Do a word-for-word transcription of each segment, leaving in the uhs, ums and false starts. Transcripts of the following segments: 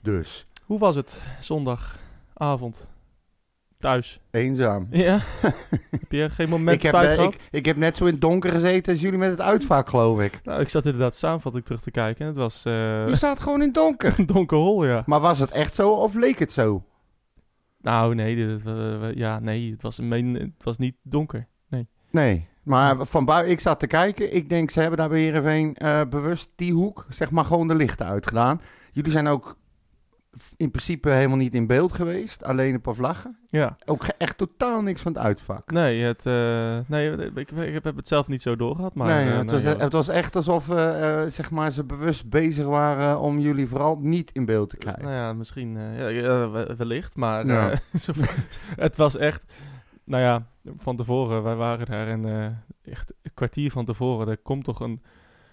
Dus. Hoe was het zondagavond? Thuis? Eenzaam. Ja? Heb je geen moment ik, heb, spijt uh, gehad? ik, ik heb net zo in het donker gezeten als jullie met het uitvaak, geloof ik. Nou, ik zat inderdaad samenvatting terug te kijken en het was... Uh, Je staat gewoon in het donker. een donker hol, ja. Maar was het echt zo of leek het zo? Nou, nee, dit, uh, ja, nee het, was een, het was niet donker. Nee. Nee, maar van buiten, ik zat te kijken. Ik denk, ze hebben daar bij Heerenveen uh, bewust die hoek, zeg maar, gewoon de lichten uitgedaan. Jullie zijn ook in principe helemaal niet in beeld geweest. Alleen een paar vlaggen. Ja. Ook echt totaal niks van het uitvak. Nee, het, uh, nee ik, ik heb het zelf niet zo doorgehad. Maar, nee, uh, het, nee, was, ja. het was echt alsof uh, uh, zeg maar, ze bewust bezig waren om jullie vooral niet in beeld te krijgen. Nou ja, misschien uh, ja, ja, wellicht. Maar ja. uh, het was echt... Nou ja, van tevoren, wij waren daar en uh, echt een kwartier van tevoren, er komt toch een,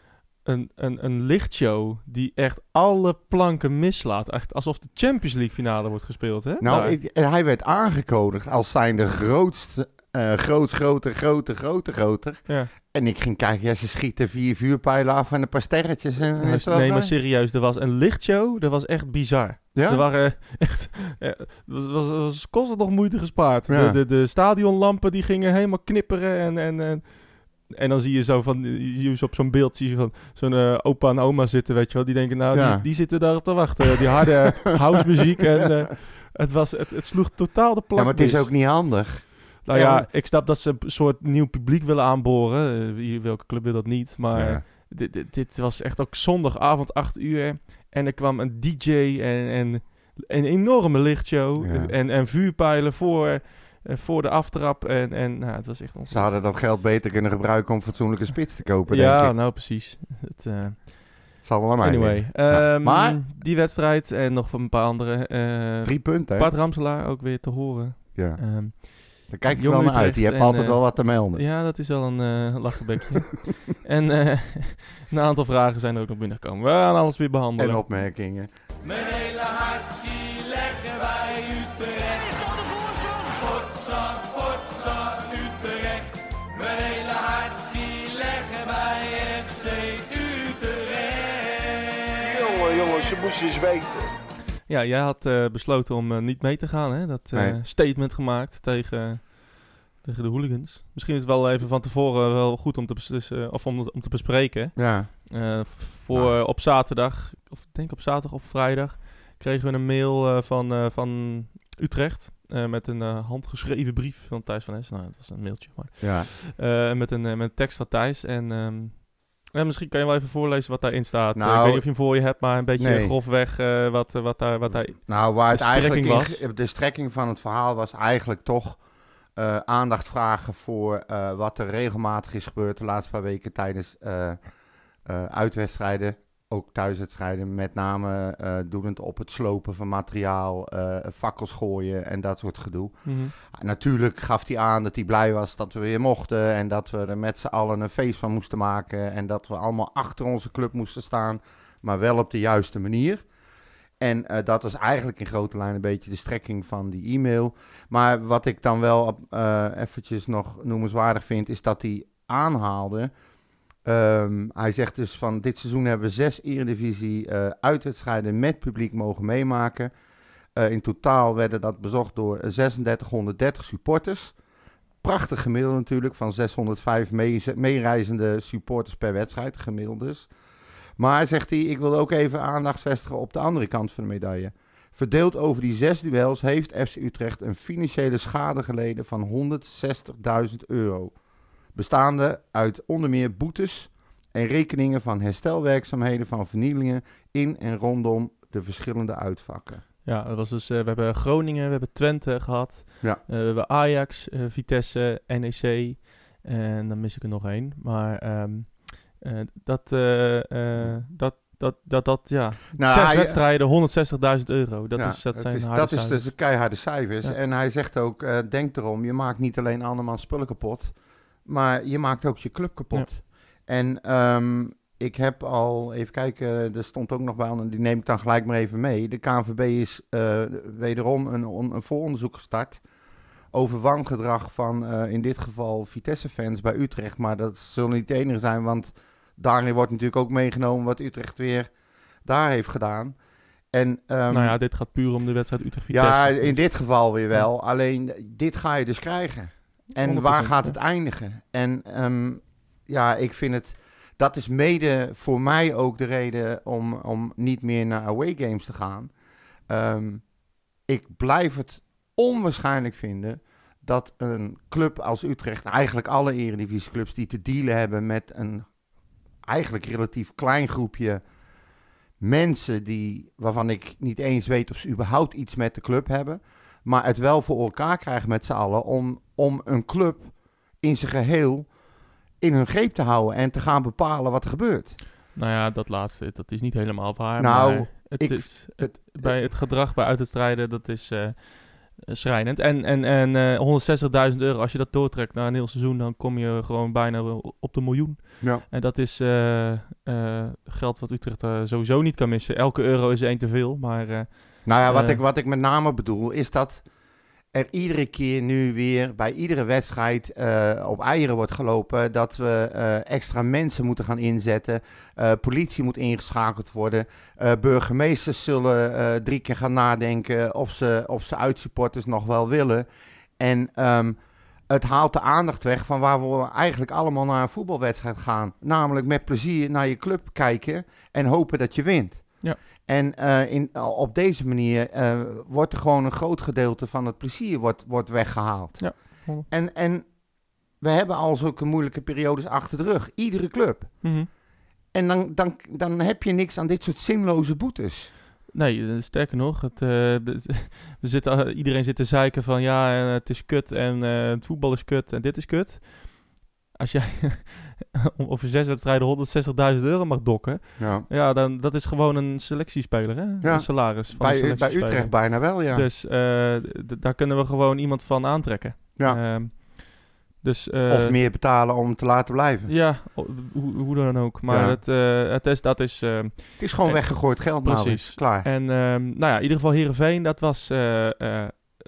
een, een, een lichtshow die echt alle planken mislaat. Echt alsof de Champions League finale wordt gespeeld, hè? Nou, ik, hij werd aangekondigd als zijnde grootste, uh, groots, groter, groter, groter, groter. Ja. En ik ging kijken, ja, ze schieten vier vuurpijlen af en een paar sterretjes. En, nee, en nee maar serieus, er was een lichtshow, dat was echt bizar. Ja? Er waren echt, ja, was, was, was kostte nog moeite gespaard. Ja. De, de, de stadionlampen die gingen helemaal knipperen en, en, en, en dan zie je zo van, je op zo'n beeld zie je van zo'n uh, opa en oma zitten, weet je wel. Die denken, nou, ja. die, die zitten daarop te wachten. Die harde housemuziek en uh, het, was, het, het sloeg totaal de plank. Ja, maar het is mis. ook niet handig. Nou ja, ja, ik snap dat ze een soort nieuw publiek willen aanboren. Uh, welke club wil dat niet? Maar ja. dit, dit, dit was echt ook zondagavond acht uur. En er kwam een D J en, en een enorme lichtshow. Ja. En, en vuurpijlen voor, uh, voor de aftrap. En, en nou, het was echt ontzettend. Ze hadden dat geld beter kunnen gebruiken om fatsoenlijke spits te kopen, ja, denk ik. nou precies. Het, uh, het zal wel aan mij Anyway, um, ja. Maar die wedstrijd en nog een paar andere. Uh, drie punten, hè? Bart Ramselaar ook weer te horen. Ja. Um, Daar kijk je wel naar uit. Je hebt en, altijd uh, wel wat te melden. Ja, dat is wel een uh, lachenbekje. en uh, een aantal vragen zijn er ook nog binnengekomen. We gaan alles weer behandelen. En opmerkingen. Mijn hele hart zie leggen wij Utrecht. Is dat de voorsprong? Potsa, potsa, Utrecht. Mijn hele hart zie leggen wij F C Utrecht. Jongen, jongens, ze moesten eens weten. Ja, jij had uh, besloten om uh, niet mee te gaan, hè? Dat uh, nee. statement gemaakt tegen, tegen de hooligans. Misschien is het wel even van tevoren wel goed om te, beslissen, of om, om te bespreken. Ja. Uh, voor ja. op zaterdag, of ik denk op zaterdag of vrijdag, kregen we een mail uh, van, uh, van Utrecht. Uh, met een uh, handgeschreven brief van Thijs van Es. Nou, dat was een mailtje. Maar. Ja. Uh, met, een, uh, met een tekst van Thijs. En um, ja, misschien kan je wel even voorlezen wat daarin staat. Nou, uh, ik weet niet of je hem voor je hebt, maar een beetje nee. grofweg uh, wat, wat, daar, wat daar nou, waar het eigenlijk was. In, de strekking van het verhaal was eigenlijk toch uh, aandacht vragen voor uh, wat er regelmatig is gebeurd de laatste paar weken tijdens uh, uh, uitwedstrijden. Ook thuiswedstrijden, met name uh, doelend op het slopen van materiaal, uh, fakkels gooien en dat soort gedoe. Mm-hmm. Uh, natuurlijk gaf hij aan dat hij blij was dat we weer mochten en dat we er met z'n allen een feest van moesten maken en dat we allemaal achter onze club moesten staan, maar wel op de juiste manier. En uh, dat is eigenlijk in grote lijnen een beetje de strekking van die e-mail. Maar wat ik dan wel uh, eventjes nog noemenswaardig vind, is dat hij aanhaalde... Um, hij zegt dus van dit seizoen hebben we zes Eredivisie uh, uitwedstrijden met publiek mogen meemaken. Uh, in totaal werden dat bezocht door zesduizend supporters. Prachtig gemiddeld natuurlijk, van zeshonderdvijf mee, meereizende supporters per wedstrijd, gemiddeld dus. Maar zegt hij, ik wil ook even aandacht vestigen op de andere kant van de medaille. Verdeeld over die zes duels heeft F C Utrecht een financiële schade geleden van honderdzestigduizend euro. Bestaande uit onder meer boetes en rekeningen van herstelwerkzaamheden van vernielingen in en rondom de verschillende uitvakken. Ja, dat was dus, uh, we hebben Groningen, we hebben Twente gehad, ja. uh, we hebben Ajax, uh, Vitesse, N E C en dan mis ik er nog één. Maar um, uh, dat, uh, uh, dat, dat, dat, dat, ja, nou, zes hij, wedstrijden, honderdzestigduizend euro. Dat, ja, is, dat zijn is, harde Dat is cijfers. dus keiharde cijfers. Ja. En hij zegt ook, uh, denk erom, je maakt niet alleen andermans spullen kapot, maar je maakt ook je club kapot. Ja. En um, ik heb al, even kijken, er stond ook nog bij, en die neem ik dan gelijk maar even mee. De K N V B is uh, wederom een, on, een vooronderzoek gestart over wangedrag van uh, in dit geval Vitesse-fans bij Utrecht. Maar dat zullen niet de enige zijn, want daarin wordt natuurlijk ook meegenomen wat Utrecht weer daar heeft gedaan. En, um, nou ja, dit gaat puur om de wedstrijd Utrecht-Vitesse. Ja, in dit geval weer wel. Ja. Alleen, dit ga je dus krijgen. En honderd procent, waar gaat het ja. eindigen? En um, ja, ik vind het... Dat is mede voor mij ook de reden om, om niet meer naar away games te gaan. Um, ik blijf het onwaarschijnlijk vinden dat een club als Utrecht, eigenlijk alle eredivisieclubs die te dealen hebben met een eigenlijk relatief klein groepje mensen die, waarvan ik niet eens weet of ze überhaupt iets met de club hebben, maar het wel voor elkaar krijgen met z'n allen om, om een club in zijn geheel in hun greep te houden en te gaan bepalen wat er gebeurt. Nou ja, dat laatste, dat is niet helemaal waar. Nou, maar het ik, is, het, het, bij het gedrag bij uitwedstrijden, dat is uh, schrijnend. En, en, en uh, honderdzestigduizend euro, als je dat doortrekt naar een heel seizoen, dan kom je gewoon bijna op de miljoen. Ja. En dat is uh, uh, geld wat Utrecht uh, sowieso niet kan missen. Elke euro is één te veel, maar... Uh, nou ja, wat, uh, ik, wat ik met name bedoel, is dat er iedere keer nu weer bij iedere wedstrijd uh, op eieren wordt gelopen, dat we uh, extra mensen moeten gaan inzetten, uh, politie moet ingeschakeld worden, uh, burgemeesters zullen uh, drie keer gaan nadenken of ze, of ze uitsupporters nog wel willen. En um, het haalt de aandacht weg van waar we eigenlijk allemaal naar een voetbalwedstrijd gaan. Namelijk met plezier naar je club kijken en hopen dat je wint. Ja. En uh, in, op deze manier uh, wordt er gewoon een groot gedeelte van het plezier wordt, wordt weggehaald. Ja. En, en we hebben al zulke moeilijke periodes achter de rug. Iedere club. Mm-hmm. En dan, dan, dan heb je niks aan dit soort zinloze boetes. Nee, sterker nog, het, uh, we zitten, iedereen zit te zeiken van ja, uh, het is kut en uh, het voetbal is kut en dit is kut. Als jij over zes wedstrijden honderdzestigduizend euro mag dokken, ja, ja dan, dat is gewoon een selectiespeler, hè? Ja. Een salaris van bij, een selectiespeler. Bij Utrecht bijna wel, ja. Dus uh, d- daar kunnen we gewoon iemand van aantrekken. Ja. Uh, dus, uh, of meer betalen om te laten blijven. Ja, hoe, hoe dan ook. Maar ja. het, uh, het is, dat is... Uh, het is gewoon uh, weggegooid geld. Precies. Klaar. En uh, nou ja, in ieder geval Heerenveen, dat was... Uh, uh,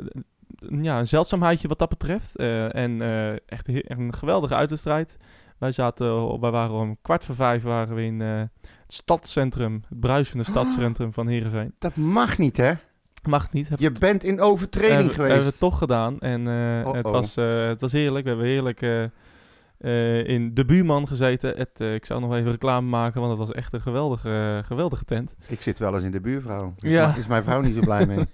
ja, een zeldzaamheidje wat dat betreft. Uh, en uh, echt he- een geweldige uitwedstrijd. Wij zaten, wij waren om kwart voor vijf waren we in uh, het stadscentrum, het bruisende stadscentrum oh, van Heerenveen. Dat mag niet, hè? Mag niet. Je bent in overtreding hebben, geweest. Hebben we toch gedaan. En uh, het, was, uh, het was heerlijk. We hebben heerlijk uh, uh, in De Buurman gezeten. Het, uh, ik zou nog even reclame maken, want het was echt een geweldige, uh, geweldige tent. Ik zit wel eens in De Buurvrouw. Ja. Is, is mijn vrouw niet zo blij mee?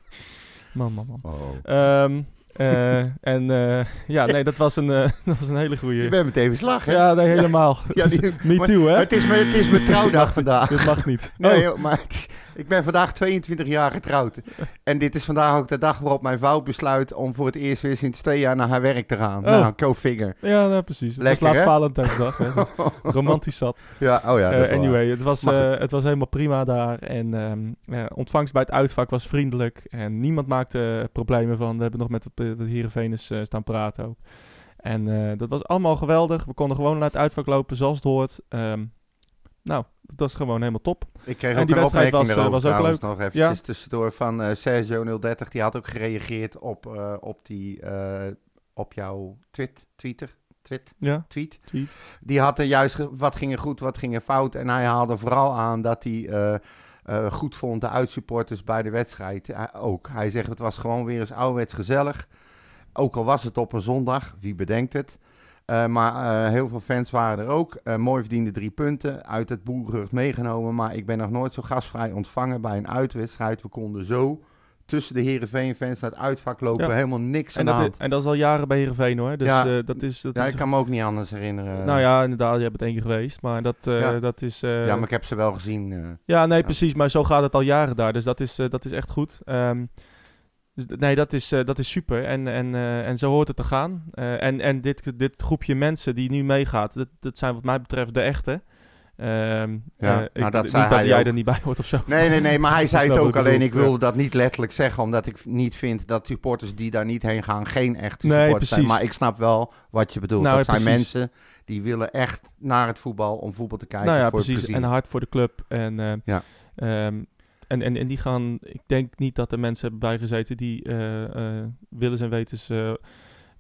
Man, man, man. Oh. Um, uh, en uh, ja, nee, dat was een, uh, dat was een hele goeie. Je bent meteen verslag, hè? Ja, nee, helemaal. Ja, die, Me maar, too, hè? Het is, het is mijn trouwdag vandaag. Dit mag niet. Nee, oh. joh, maar het is, ik ben vandaag tweeëntwintig jaar getrouwd. En dit is vandaag ook de dag waarop mijn vrouw besluit om voor het eerst weer sinds twee jaar naar haar werk te gaan. Oh. Nou, go figure. Ja, nou, precies. Het Lekker, was laatst hè? Valentijnsdag. Hè? Romantisch zat. Ja, oh ja. Dat uh, anyway, waar. het was, uh, het was helemaal prima daar. En um, uh, ontvangst bij het uitvak was vriendelijk. En niemand maakte uh, problemen van. We hebben nog met de, de Heerenveeners uh, staan praten ook. En uh, dat was allemaal geweldig. We konden gewoon naar het uitvak lopen zoals het hoort. Um, nou, dat was gewoon helemaal top. Ik kreeg en ook die een wedstrijd opmerking was, erover, was ook leuk. nog eventjes ja. tussendoor van uh, Sergio nul dertig. Die had ook gereageerd op, uh, op, die, uh, op jouw tweet, Twitter. Tweet, ja. tweet. tweet. Die had er juist ge- wat ging er goed, wat ging er fout. En hij haalde vooral aan dat hij uh, uh, goed vond de uitsupporters bij de wedstrijd. Uh, ook. Hij zegt het was gewoon weer eens ouderwets gezellig. Ook al was het op een zondag, wie bedenkt het. Uh, maar uh, heel veel fans waren er ook. Uh, mooi verdiende drie punten uit het boergerucht meegenomen. Maar ik ben nog nooit zo gastvrij ontvangen bij een uitwedstrijd. We konden zo tussen de Heerenveen-fans naar het uitvak lopen. Ja. Helemaal niks aan de hand. Is, en dat is al jaren bij Heerenveen, hoor. Dus, ja, uh, dat is, dat ja is, ik kan me ook niet anders herinneren. Nou ja, inderdaad, je hebt het één keer geweest. Maar dat, uh, ja. dat is... Uh, ja, maar ik heb ze wel gezien. Uh, ja, nee, ja. precies. Maar zo gaat het al jaren daar. Dus dat is, uh, dat is echt goed. Um, Dus nee, dat is, uh, dat is super. En, en, uh, en zo hoort het te gaan. Uh, en en dit, dit groepje mensen die nu meegaat, dat, dat zijn wat mij betreft de echte. Um, ja, uh, nou, ik, dat niet zei dat hij jij ook. er niet bij hoort of zo. Nee, nee, nee, maar hij zei het ook. Alleen ik wilde ja. dat niet letterlijk zeggen, omdat ik niet vind dat supporters die daar niet heen gaan geen echte nee, supporters precies. zijn. Maar ik snap wel wat je bedoelt. Nou, dat ja, zijn precies. mensen die willen echt naar het voetbal om voetbal te kijken. Nou ja, voor precies. plezier. En hard voor de club. En, uh, ja. um, En, en, en die gaan, ik denk niet dat er mensen hebben bijgezeten die uh, uh, willens en wetens uh,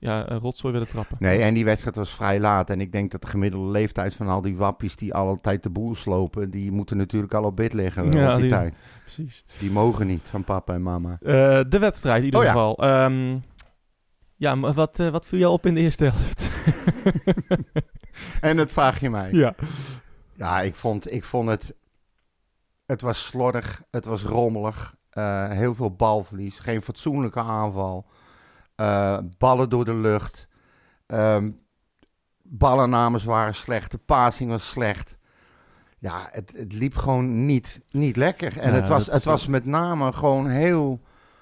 ja, een rotzooi willen trappen. Nee, en die wedstrijd was vrij laat. En ik denk dat de gemiddelde leeftijd van al die wappies die altijd de boel slopen, die moeten natuurlijk al op bed liggen Ja, op die, die- tijd. Precies. Die mogen niet van papa en mama. Eh, de wedstrijd in ieder Oh ja. geval. Ehm, ja, maar wat, eh, wat viel jou op in de eerste helft? En dat vraag je mij. ja. Ja, ik vond, ik vond het... Het was slordig, het was rommelig. eh, heel veel balverlies, geen fatsoenlijke aanval. eh, ballen door de lucht. ehm ballennames waren slecht, de passing was slecht. Ja, het, het liep gewoon niet, niet lekker. En Ja, het, was, dat het is was met name gewoon heel...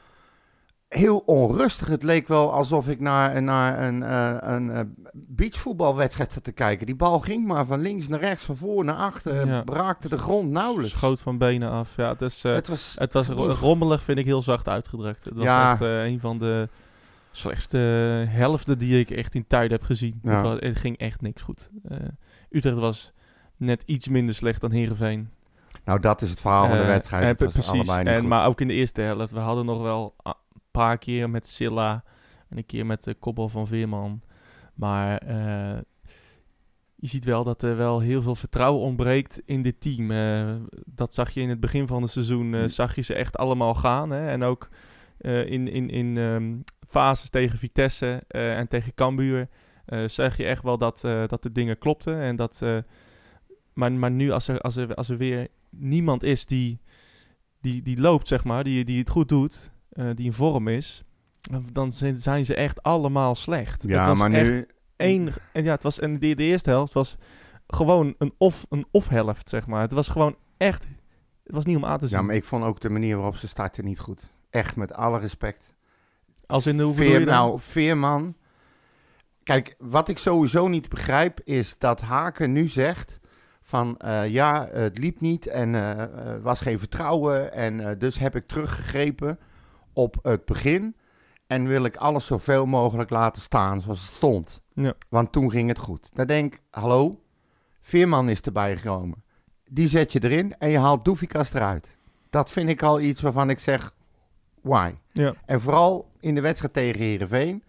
Heel onrustig. Het leek wel alsof ik naar, naar een, eh, een eh, beachvoetbalwedstrijd zat te kijken. Die bal ging maar van links naar rechts, van voor naar achter. Ja. Raakte de grond nauwelijks. Schoot van benen af. Ja, het is... eh, Het was... Het was ro- rommelig, vind ik heel zacht uitgedrukt. Het was Ja. echt eh, een van de slechtste helften die ik echt in tijden heb gezien. Ja. Het, was, het ging echt niks goed. Eh, Utrecht was net iets minder slecht dan Heerenveen. Nou, dat is het verhaal van de Eh, wedstrijd. en Het was precies. allebei niet En, goed. maar ook in de eerste helft. We hadden nog wel een paar keer met Silla en een keer met de kopbal van Veerman. Maar eh, je ziet wel dat er wel heel veel vertrouwen ontbreekt in dit team. Eh, dat zag je in het begin van het seizoen. eh, Mm. zag je ze echt allemaal gaan. Hè? En ook eh, in, in, in ehm, fases tegen Vitesse eh, en tegen Cambuur eh, zag je echt wel dat, eh, dat de dingen klopten. En dat, eh, maar, maar nu als er, als, er, als er weer niemand is die, die, die loopt, zeg maar, die, die het goed doet, eh, die in vorm is, dan zijn, zijn ze echt allemaal slecht. Het Ja, was maar echt nu... één, en ja, het was en de, de eerste helft was gewoon een off, een off-helft, zeg maar. Het was gewoon echt, het was niet om aan te zien. Ja, maar ik vond ook de manier waarop ze starten niet goed. Echt, met alle respect. Als in de, hoe bedoel Veer, je dan? nou, Veerman. Kijk, wat ik sowieso niet begrijp is dat Haken nu zegt van eh, ja, het liep niet en eh, er was geen vertrouwen en eh, dus heb ik teruggegrepen op het begin en wil ik alles zoveel mogelijk laten staan zoals het stond. Ja. Want toen ging het goed. Dan denk ik, hallo, Veerman is erbij gekomen. Die zet je erin en je haalt Doefikas eruit. Dat vind ik al iets waarvan ik zeg, why? Ja. En vooral in de wedstrijd tegen Heerenveen.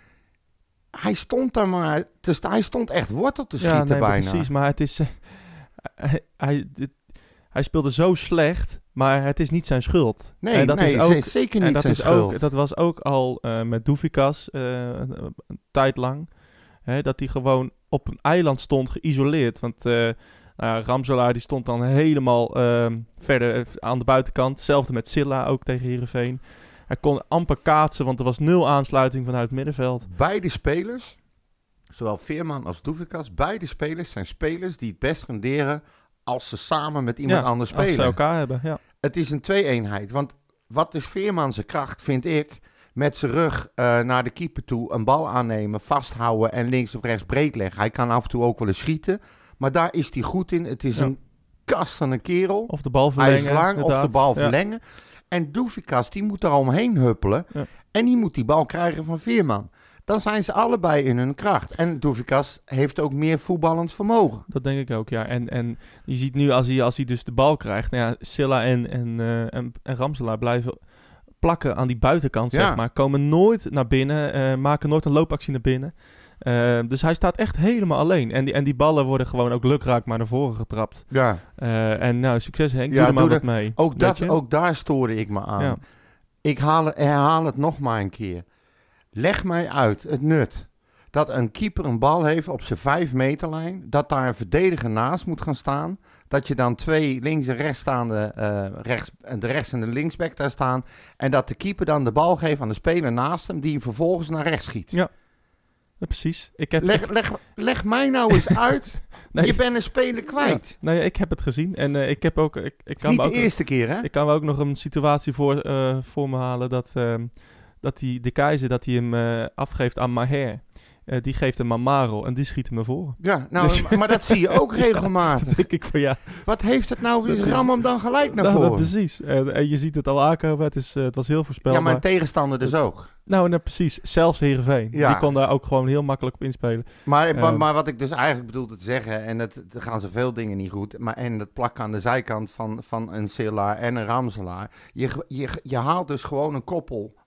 Hij stond daar maar te sta- Hij stond echt wortel te schieten ja, nee, maar bijna. precies. Maar het is, eh, hij, hij, dit- hij speelde zo slecht, maar het is niet zijn schuld. Nee, en dat nee is ook, ze- zeker en niet dat zijn is schuld. ook, dat was ook al eh, met Doefikas eh, een, een tijd lang. Hè, dat hij gewoon op een eiland stond, geïsoleerd. Want eh nou ja, Ramselaar die stond dan helemaal eh, verder eh, aan de buitenkant. Hetzelfde met Silla, ook tegen Heerenveen. Hij kon amper kaatsen, want er was nul aansluiting vanuit het middenveld. Beide spelers, zowel Veerman als Doefikas, beide spelers zijn spelers die het best renderen als ze samen met iemand Ja, anders Als ze spelen. elkaar hebben, ja. Het is een twee-eenheid. Want wat is Veerman zijn kracht, vind ik, met zijn rug eh, naar de keeper toe, een bal aannemen, vasthouden en links of rechts breed leggen. Hij kan af en toe ook wel eens schieten, maar daar is hij goed in. Het is Ja. een kast van een kerel. Of de bal Hij verlengen. is lang of de inderdaad. bal Ja. verlengen. En Doefikas, die moet daar omheen huppelen. Ja. En die moet die bal krijgen van Veerman. Dan zijn ze allebei in hun kracht. En Doefikas heeft ook meer voetballend vermogen. Dat denk ik ook, ja. En, en je ziet nu, als hij, als hij dus de bal krijgt, nou ja, Silla en, en, eh, en, en Ramselaar blijven plakken aan die buitenkant, Ja. zeg maar. Komen nooit naar binnen, eh, maken nooit een loopactie naar binnen. Eh, dus hij staat echt helemaal alleen. En die, en die ballen worden gewoon ook lukraak maar naar voren getrapt. Ja. Eh, en nou, succes Henk, Ja, doe er maar doe wat de- mee. Ook, Weet dat, je? ook daar stoorde ik me aan. Ja. Ik haal, het- herhaal het nog maar een keer. Leg mij uit het nut dat een keeper een bal heeft op zijn vijf meterlijn. Dat daar een verdediger naast moet gaan staan. Dat je dan twee links en rechts staande, eh, rechts, de rechts en de linksback daar staan. En dat de keeper dan de bal geeft aan de speler naast hem. Die hem vervolgens naar rechts schiet. Ja. Ja, precies. Ik heb, Leg, leg, leg mij nou eens uit. Nee. Je bent een speler kwijt. Ja. Nee, ik heb het gezien. En eh, ik heb ook... Ik, ik kan Niet me de ook, eerste keer, hè? Ik kan me ook nog een situatie voor, eh, voor me halen dat, ehm, dat die, de keizer dat hij hem eh, afgeeft aan Maher. Eh, die geeft hem aan Maro en die schiet hem naar voren. Ja, nou, Dus- maar dat zie je ook regelmatig. Dan denk ik van ja, Wat heeft het nou weer? Dat is- Ram hem dan gelijk naar nou, dat voren. precies. En, en je ziet het al aankomen. Het, is, eh, het was heel Ja, voorspelbaar. maar een tegenstander dus Dat- ook. Nou, nou, precies. Zelfs Heerenveen. Ja. Die kon daar ook gewoon heel makkelijk op inspelen. Maar, maar, Ehm. maar wat ik dus eigenlijk bedoelde te zeggen, en het, er gaan zoveel dingen niet goed, maar en dat plakken aan de zijkant van, van een Silla en een Ramselaar. Je, je, je haalt dus gewoon een koppel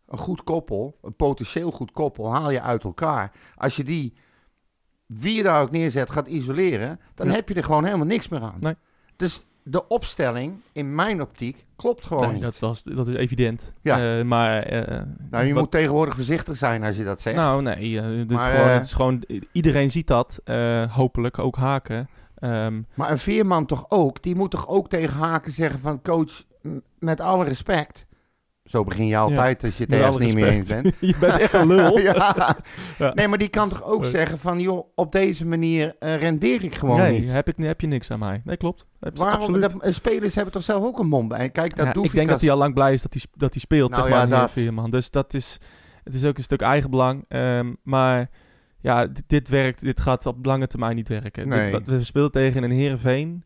een goed koppel, een potentieel goed koppel, haal je uit elkaar. Als je die, wie je daar ook neerzet, gaat isoleren, dan Ja. heb je er gewoon helemaal niks meer aan. Nee. Dus de opstelling, in mijn optiek, klopt gewoon Nee, niet. dat, was, dat is evident. Ja. Eh, maar... eh, nou, je wat- moet tegenwoordig voorzichtig zijn als je dat zegt. Nou, nee. eh, dit is Maar, gewoon, eh, het is gewoon, iedereen ziet dat. eh, hopelijk, ook Haken. Ehm, Maar een veerman toch ook, die moet toch ook tegen Haken zeggen van coach, m- met alle respect. Zo begin je altijd als je het met ergens alle niet meer eens respect. bent. Je bent echt een lul. ja. Ja. Nee, maar die kan toch ook Nee. zeggen van joh, op deze manier eh, rendeer ik gewoon nee, niet. heb, ik, heb je niks aan mij. Nee, klopt. Heb, Waarom? absoluut. Dat, eh, spelers hebben toch zelf ook een mond bij. Kijk, dat Ja, doe ik denk dat hij al lang blij is dat hij, sp- dat hij speelt, Nou zeg ja, maar, dat. dat. Veerman. Dus dat is, het is ook een stuk eigenbelang. Ehm, maar ja, dit, dit werkt, dit gaat op lange termijn niet werken. Nee. Dit, wat we spelen tegen een Heerenveen.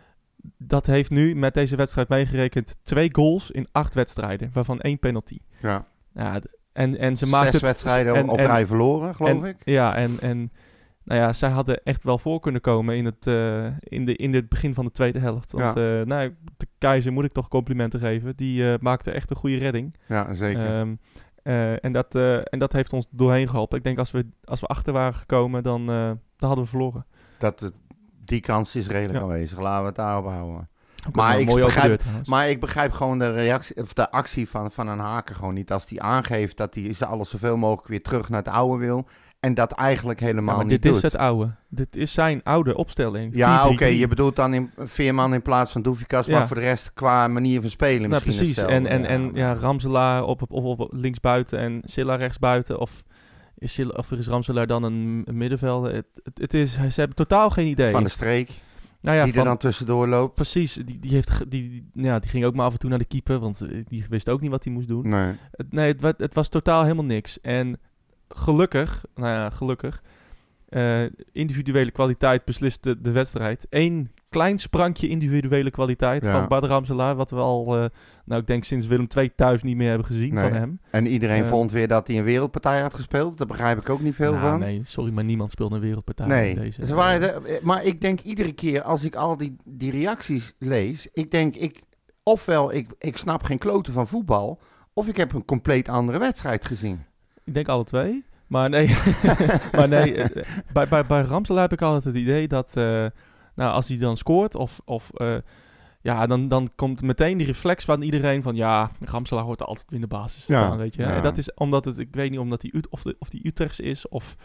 Dat heeft nu met deze wedstrijd meegerekend twee goals in acht wedstrijden, waarvan één penalty. Ja. Ja, d- en, en ze maakt Zes het, wedstrijden en- op en- rij verloren, geloof en- ik. Ja, en, en nou ja, zij hadden echt wel voor kunnen komen in het, eh, in de, in het begin van de tweede helft. Want eh, nou, de Keizer moet ik toch complimenten geven. Die eh, maakte echt een goede redding. Ja, zeker. Ehm, eh, en, dat, eh, en dat heeft ons doorheen geholpen. Ik denk als we, als we achter waren gekomen, dan, eh, dan hadden we verloren. dat het, die kans is redelijk Ja. aanwezig. Laten we het daarop houden. Ook Maar een ik mooie open begrijp- deur trouwens. Maar ik begrijp gewoon de reactie, of de actie van, van een Haken gewoon niet. Als die aangeeft dat hij ze alles zoveel mogelijk weer terug naar het oude wil. En dat eigenlijk Ja, helemaal maar niet dit doet. is het oude. Dit is zijn oude opstelling. Ja, vier oké. drie drie. Je bedoelt dan in Veerman in plaats van Doefikas. Ja. Maar voor de rest qua manier van spelen Nou, misschien precies. hetzelfde. En, en, en maar- ja, Ramselaar op, op, op, op linksbuiten en Silla rechtsbuiten. Of is, Silla, of is Ramselaar dan een, een middenvelder? Het, het, het is, ze hebben totaal geen idee. Van de streek, nou ja, die van, er dan tussendoor loopt. precies. Die, die, heeft, ge- die, die- ja, die ging ook maar af en toe naar de keeper. Want eh, die wist ook niet wat hij moest doen. Nee. Het, nee, het, wa- het was totaal helemaal niks. En gelukkig, nou ja, gelukkig, eh, individuele kwaliteit beslist de, de wedstrijd. Eén klein sprankje individuele kwaliteit Ja. van Badr Ramselaar, wat we al, eh, nou ik denk sinds Willem twee thuis niet meer hebben gezien Nee. van hem. En iedereen Eh. vond weer dat hij een wereldpartij had gespeeld. Daar begrijp ik ook niet veel Nou, van. nee, sorry, maar niemand speelde een wereldpartij Nee, in deze. Ze waren de- maar ik denk iedere keer als ik al die, die reacties lees, ik denk, ik, ofwel ik, ik snap geen kloten van voetbal, of ik heb een compleet andere wedstrijd gezien. Ik denk alle twee. Maar nee, maar nee eh, bij, bij, bij Ramselaar heb ik altijd het idee dat, eh, nou, als hij dan scoort, of, of eh, ja, dan, dan komt meteen die reflex van iedereen van, ja, Ramselaar hoort altijd in de basis te Ja, staan, weet je. ja. En dat is omdat het, ik weet niet omdat hij, Ut- of, de, of die Utrechts is, of,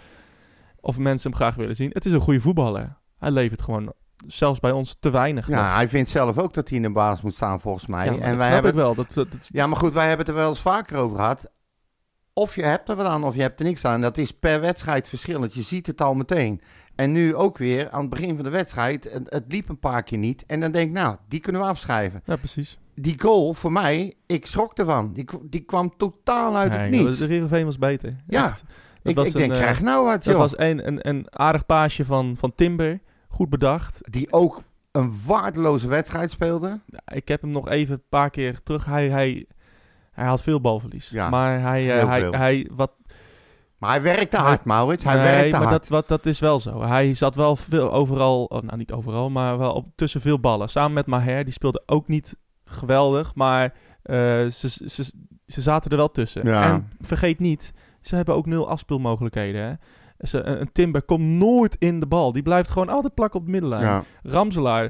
of mensen hem graag willen zien. Het is een goede voetballer. Hij levert gewoon, zelfs bij ons, te weinig. nog. Ja, hij vindt zelf ook dat hij in de baas moet staan volgens mij. Ja, maar en dat wij snap hebben, ik wel. Dat, dat, dat- Ja, maar goed, wij hebben het er wel eens vaker over gehad. Of je hebt er wat aan, of je hebt er niks aan. Dat is per wedstrijd verschillend. Je ziet het al meteen. En nu ook weer, aan het begin van de wedstrijd, het, het liep een paar keer niet. En dan denk ik, nou, die kunnen we afschrijven. ja, precies. Die goal, voor mij, ik schrok ervan. Die, die kwam totaal uit het Nee, niets. De Heerenveen was beter. Ja, Echt. Dat ik was ik een, denk, eh, krijg nou wat, Dat joh. was een, een, een aardig paasje van, van Timber. Goed bedacht. Die ook een waardeloze wedstrijd speelde. Ja, ik heb hem nog even een paar keer terug. Hij, hij, hij had veel balverlies. Ja, maar hij, eh, heel hij, veel. hij, wat, Maar hij werkte Hij- hard, Maurits. Hij nee, werkte maar hard. dat, wat, dat is wel zo. Hij zat wel veel overal, oh, nou niet overal, maar wel op, tussen veel ballen. Samen met Maher, die speelde ook niet geweldig, maar eh, ze, ze, ze zaten er wel tussen. Ja. En vergeet niet, ze hebben ook nul afspeelmogelijkheden. Hè? Ze, een, een Timber komt nooit in de bal. Die blijft gewoon altijd plakken op de middenlijn. Ja, Ramselaar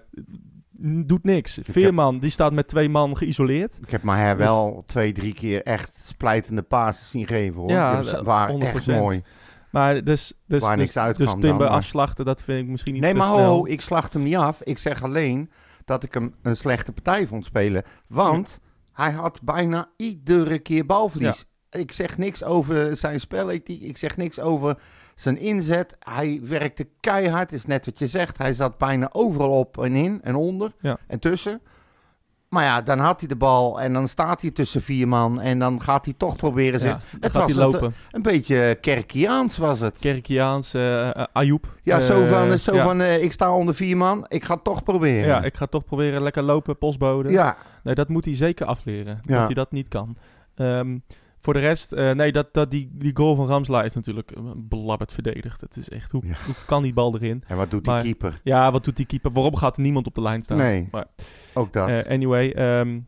mm, doet niks. Veerman, die staat met twee man geïsoleerd. ik heb Maher wel twee, drie keer echt splijtende passes zien geven, hoor. Ja, Die eh, waren honderd echt procent. mooi. Maar dus, dus, Waar dus, niks uit dus kwam Timber dan, maar- afslachten, dat vind ik misschien niet Nee, zo maar snel. ho, ik slacht hem niet af. Ik zeg alleen dat ik hem een slechte partij vond spelen. Want hij had bijna iedere keer balverlies. Ik zeg niks over zijn spelethiek. Ik zeg niks over zijn inzet. Hij werkte keihard. Is net wat je zegt. Hij zat bijna overal op en in en onder Ja. en tussen. Maar ja, dan had hij de bal en dan staat hij tussen vier man. En dan gaat hij toch proberen zich... Ja, dan het gaat was hij het, lopen. een beetje Kerkiaans was het. Kerkiaans, eh uh, Ayoub. Ja, zo Eh, van, zo ja. van eh, ik sta onder vier man. Ik ga het toch proberen. Ja, ik ga toch proberen lekker lopen, postbode. Ja, Nee, dat moet hij zeker afleren. Ja. Dat hij dat niet kan. Ehm, voor de rest, eh, nee, dat, dat die, die goal van Ramselaar is natuurlijk eh, belabberd verdedigd. Het is echt, hoe, Ja. hoe kan die bal erin? en wat doet Maar- die keeper? Ja, wat doet die keeper? Waarom gaat er niemand op de lijn staan? Nee, Maar, ook dat. eh, anyway, ehm,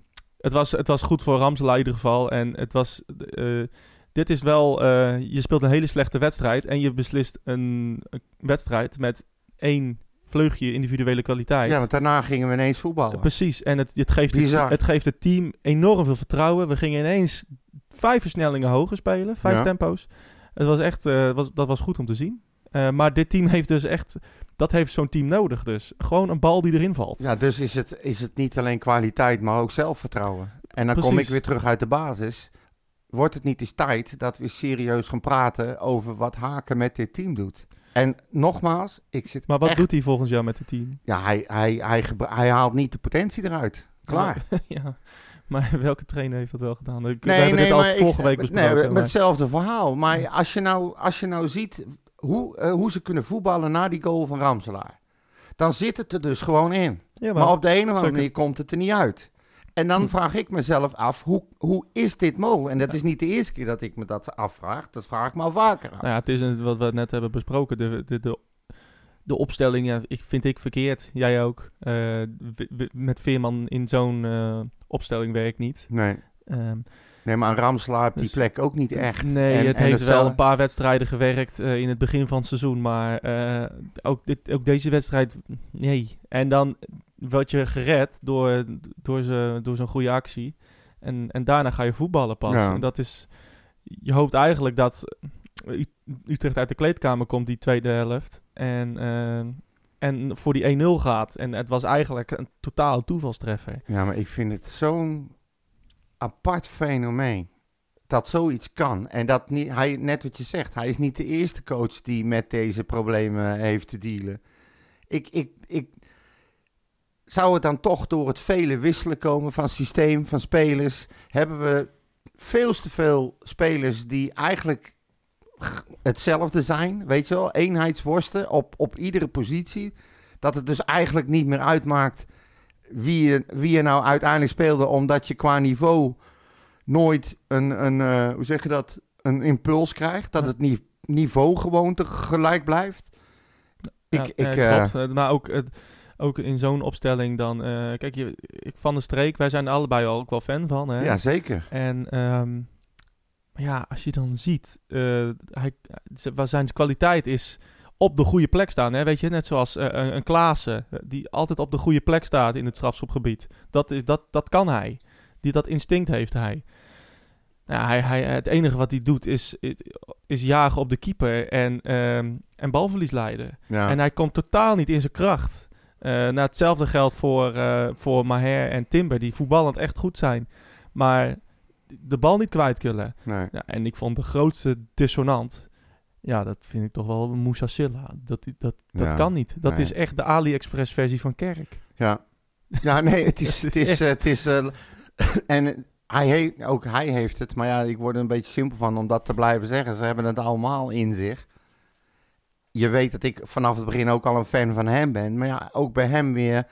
het, was, het was goed voor Ramselaar in ieder geval. En het was... Uh, dit is wel... Uh, je speelt een hele slechte wedstrijd. En je beslist een, een wedstrijd met één vleugje individuele kwaliteit. Ja, want daarna gingen we ineens voetballen. Uh, precies. En het, het, geeft het, het geeft het team enorm veel vertrouwen. We gingen ineens vijf versnellingen hoger spelen. Vijf ja. tempo's. Het was echt... Uh, was, dat was goed om te zien. Uh, maar dit team heeft dus echt... Dat heeft zo'n team nodig dus. Gewoon een bal die erin valt. Ja, dus is het, is het niet alleen kwaliteit, maar ook zelfvertrouwen. En dan Precies. kom ik weer terug uit de basis. Wordt het niet eens tijd dat we serieus gaan praten over wat Haken met dit team doet? En nogmaals, ik zit Maar wat echt... doet hij volgens jou met het team? Ja, hij, hij, hij, gebra- hij haalt niet de potentie eruit. Klaar. Ja, maar welke trainer heeft dat wel gedaan? We nee, hebben nee, dit al maar vorige ik, week besproken. Nee, maar... met hetzelfde verhaal. Maar als je nou, als je nou ziet hoe, uh, hoe ze kunnen voetballen na die goal van Ramselaar, dan zit het er dus gewoon in. Ja, maar, maar op de een of andere manier zeker. komt het er niet uit. En dan vraag ik mezelf af, hoe, hoe is dit mogelijk? En dat ja. is niet de eerste keer dat ik me dat afvraag. Dat vraag ik me al vaker af. Nou ja, het is een, wat we net hebben besproken. De, de, de, de opstelling ja, ik, vind ik verkeerd. Jij ook. Uh, w, w, met Veerman in zo'n uh, opstelling werkt niet. Nee. Um, Nee, maar aan Ramselaar op die dus, plek ook niet echt. Nee, en, het en heeft het wel zal... een paar wedstrijden gewerkt uh, in het begin van het seizoen. Maar uh, ook, dit, ook deze wedstrijd, nee. En dan word je gered door, door, ze, door zo'n goede actie. En, en daarna ga je voetballen pas. Ja. En dat is, je hoopt eigenlijk dat Utrecht uit de kleedkamer komt, die tweede helft. En, uh, en voor die één nul gaat. En het was eigenlijk een totale toevalstreffer. Ja, maar ik vind het zo'n apart fenomeen dat zoiets kan. En dat niet, hij, net wat je zegt, hij is niet de eerste coach die met deze problemen heeft te dealen. Ik, ik, ik zou het dan toch door het vele wisselen komen van systeem, van spelers. Hebben we veel te veel spelers die eigenlijk hetzelfde zijn, weet je wel, eenheidsworsten op, op iedere positie. Dat het dus eigenlijk niet meer uitmaakt wie je, wie je nou uiteindelijk speelde, omdat je qua niveau nooit een, een uh, hoe zeg je dat, een impuls krijgt. Dat het ni- niveau gewoon tegelijk blijft. Ik, ja, ik, ja, uh, klopt. Maar ook, uh, ook in zo'n opstelling dan... Uh, kijk, je, ik, Van der Streek, wij zijn er allebei al ook wel fan van. Hè? Ja, zeker. En um, ja, als je dan ziet, uh, hij, zijn kwaliteit is op de goede plek staan. Hè? Weet je, net zoals uh, een, een Klaassen, die altijd op de goede plek staat in het strafschopgebied. Dat, is, dat, dat kan hij. Die, dat instinct heeft hij. Ja, hij, hij. Het enige wat hij doet is, is, is jagen op de keeper en, um, en balverlies leiden. Ja. En hij komt totaal niet in zijn kracht. Uh, nou, hetzelfde geldt voor, uh, voor Maher en Timber, die voetballend echt goed zijn. Maar de bal niet kwijt kunnen. Nee. Ja, en ik vond de grootste dissonant... Ja, dat vind ik toch wel Moussa Silla. Dat, dat, dat ja. kan niet. Dat nee. is echt de AliExpress versie van Kerk. Ja. Ja, nee, het is... het is, uh, het is uh, en hij heeft, ook hij heeft het, maar ja, ik word er een beetje simpel van om dat te blijven zeggen. Ze hebben het allemaal in zich. Je weet dat ik vanaf het begin ook al een fan van hem ben. Maar ja, ook bij hem weer...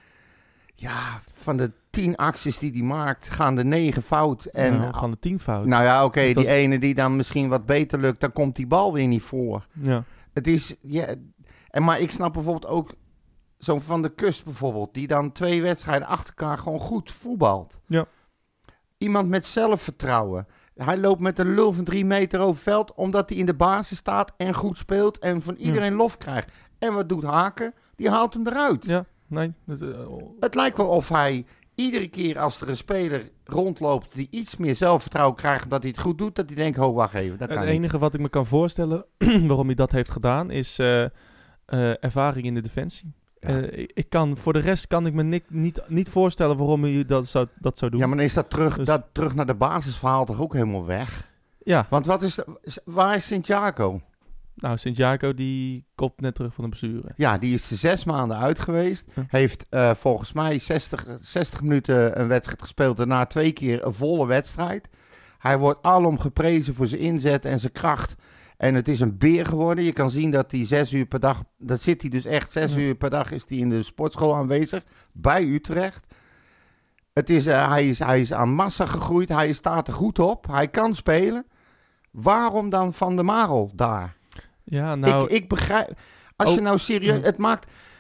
Ja, van de tien acties die hij maakt, gaan de negen fout. En nou, gaan de tien fout. Nou ja, oké, okay, die was... ene die dan misschien wat beter lukt, dan komt die bal weer niet voor. Ja. Het is... Ja, en maar ik snap bijvoorbeeld ook zo'n Van de Kust bijvoorbeeld, die dan twee wedstrijden achter elkaar gewoon goed voetbalt. Ja. Iemand met zelfvertrouwen. Hij loopt met een lul van drie meter over veld, omdat hij in de basis staat en goed speelt en van iedereen ja. lof krijgt. En wat doet Haken? Die haalt hem eruit. Ja, nee. Dat, uh, oh. Het lijkt wel of hij iedere keer als er een speler rondloopt die iets meer zelfvertrouwen krijgt omdat hij het goed doet, dat hij denkt, oh wacht even, dat kan Het niet. enige wat ik me kan voorstellen waarom hij dat heeft gedaan, is uh, uh, ervaring in de defensie. Ja. Uh, ik, ik kan, voor de rest kan ik me niet, niet, niet voorstellen waarom hij dat zou, dat zou doen. Ja, maar dan is dat terug, dus... dat terug naar de basisverhaal toch ook helemaal weg? Ja. Want wat is de, waar is Santiago? Nou, Santiago die komt net terug van de blessure. Ja, die is er zes maanden uit geweest. Huh? Heeft uh, volgens mij zestig, zestig minuten een wedstrijd gespeeld. Daarna twee keer een volle wedstrijd. Hij wordt alom geprezen voor zijn inzet en zijn kracht. En het is een beer geworden. Je kan zien dat hij zes uur per dag... Dat zit hij dus echt. Zes ja. uur per dag is hij in de sportschool aanwezig. Bij Utrecht. Het is, uh, hij, is, hij is aan massa gegroeid. Hij staat er goed op. Hij kan spelen. Waarom dan Van der Marel daar? Ja, nou... Ik, ik begrijp... Als oh, je nou serieus... uh, het maakt...